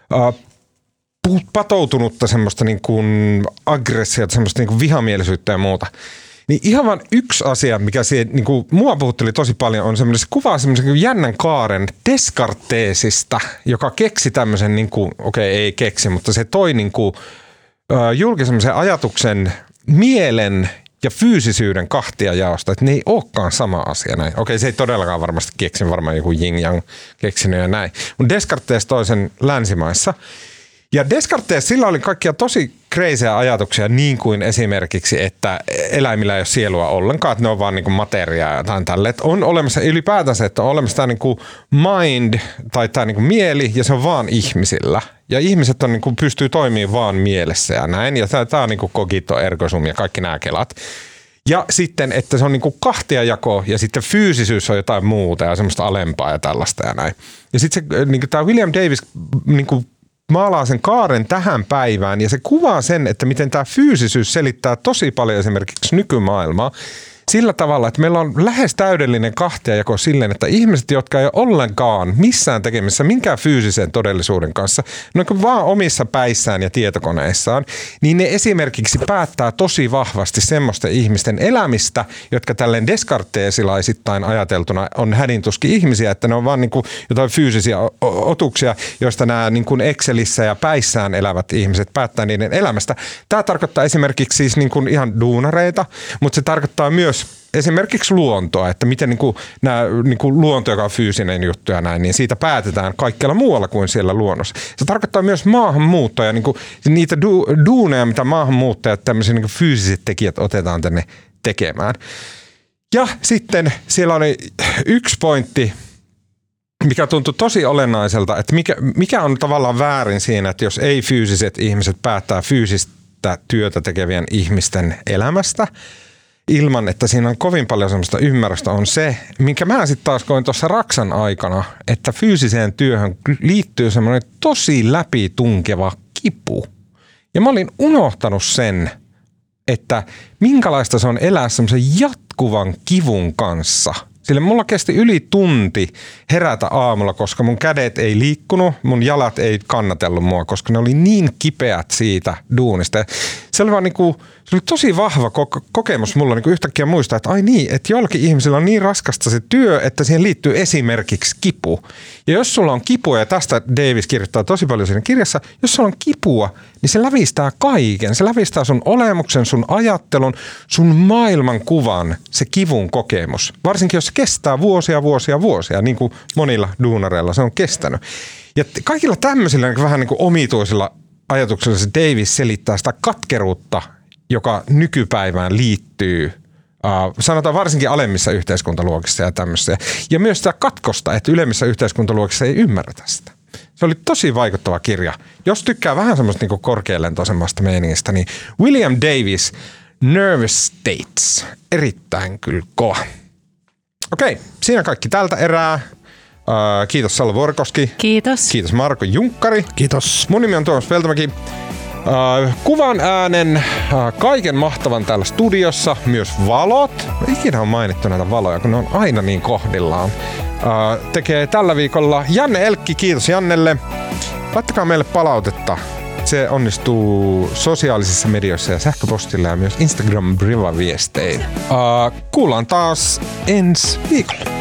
patoutunutta semmoista niinku aggressiota, semmoista niinku vihamielisyyttä ja muuta. Niin ihan vaan yksi asia, mikä siihen, niin kuin mua puhutteli tosi paljon, on semmoinen, se kuvaa semmoisen jännän kaaren Descartesista, joka keksi tämmöisen, niin kuin, ei keksi, mutta se toi niin kuin, julki semmoisen ajatuksen mielen ja fyysisyyden kahtiajaosta, että ne ei olekaan sama asia näin. Se ei todellakaan varmasti keksin, varmaan joku yin-yang keksinyt ja näin. Mutta Descartes toi sen länsimaissa. Ja Descartes, sillä oli kaikkia tosi kreisiä ajatuksia, niin kuin esimerkiksi, että eläimillä ei ole sielua ollenkaan, että ne on vaan niin kuin materiaa ja jotain tälle. Että on olemassa ylipäätänsä, että on olemassa tämä niin kuin mind tai tämä niin kuin mieli ja se on vaan ihmisillä. Ja ihmiset on, niin kuin, pystyy toimimaan vaan mielessä ja näin. Ja tämä on niin kuin cogito ergo sum ja kaikki nämä kelat. Ja sitten, että se on niin kuin kahtiajako ja sitten fyysisyys on jotain muuta ja semmoista alempaa ja tällaista ja näin. Ja sitten se, niin kuin tämä William Davis niin kuin maalaa sen kaaren tähän päivään ja se kuvaa sen, että miten tämä fyysisyys selittää tosi paljon esimerkiksi nykymaailmaa sillä tavalla, että meillä on lähes täydellinen kahtiajako silleen, että ihmiset, jotka ei ole ollenkaan missään tekemissä minkään fyysisen todellisuuden kanssa, ne on vaan omissa päissään ja tietokoneissaan, niin ne esimerkiksi päättää tosi vahvasti semmoisten ihmisten elämistä, jotka tälleen descartesilaisittain ajateltuna on hädintuskin ihmisiä, että ne on vaan niin kuin jotain fyysisiä otuksia, joista nämä niin kuin Excelissä ja päissään elävät ihmiset päättää niiden elämästä. Tämä tarkoittaa esimerkiksi siis niin kuin ihan duunareita, mutta se tarkoittaa myös esimerkiksi luontoa, että miten niin kuin luonto, joka on fyysinen juttu ja näin, niin siitä päätetään kaikkialla muualla kuin siellä luonnossa. Se tarkoittaa myös maahanmuuttoja, niin kuin niitä duuneja, mitä maahanmuuttajat, tämmöisiä niin kuin fyysiset tekijät otetaan tänne tekemään. Ja sitten siellä oli yksi pointti, mikä tuntui tosi olennaiselta, että mikä on tavallaan väärin siinä, että jos ei fyysiset ihmiset päättää fyysistä työtä tekevien ihmisten elämästä, ilman, että siinä on kovin paljon semmoista ymmärrystä, on se, minkä mä sitten taas koin tuossa Raksan aikana, että fyysiseen työhön liittyy semmoinen tosi läpitunkeva kipu. Ja mä olin unohtanut sen, että minkälaista se on elää semmoisen jatkuvan kivun kanssa. Sille mulla kesti yli tunti herätä aamulla, koska mun kädet ei liikkunut, mun jalat ei kannatellut mua, koska ne oli niin kipeät siitä duunista. Se oli vaan niinku, se oli tosi vahva kokemus mulla niinku yhtäkkiä muistaa, että ai niin, että jollakin ihmisellä on niin raskasta se työ, että siihen liittyy esimerkiksi kipu. Ja jos sulla on kipua, ja tästä Davis kirjoittaa tosi paljon siinä kirjassa, jos sulla on kipua, niin se lävistää kaiken. Se lävistää sun olemuksen, sun ajattelun, sun maailmankuvan, se kivun kokemus. Varsinkin jos se kestää vuosia, niin kuin monilla duunareilla se on kestänyt. Ja kaikilla tämmöisillä vähän niin kuin omituisilla ajatuksella se Davis selittää sitä katkeruutta, joka nykypäivään liittyy, sanotaan varsinkin alemmissa yhteiskuntaluokissa ja tämmöisiä. Ja myös sitä katkosta, että ylemmissä yhteiskuntaluokissa ei ymmärretä sitä. Se oli tosi vaikuttava kirja. Jos tykkää vähän semmoista niin korkealentoisemmasta meiningistä, niin William Davis, Nervous States, erittäin kyllä kova. Okei, siinä kaikki tältä erää. Kiitos Salla Vuorikoski. Kiitos. Kiitos Marko Junkkari. Kiitos. Mun nimi on Tuomas Peltomäki. Kuvan äänen, kaiken mahtavan täällä studiossa, myös valot. Ikinä on mainittu näitä valoja, kun ne on aina niin kohdillaan. Tekee tällä viikolla Janne Elkki, kiitos Jannelle. Laittakaa meille palautetta. Se onnistuu sosiaalisissa medioissa ja sähköpostilla ja myös Instagram-briva-viestein. Kuullaan taas ensi viikolla.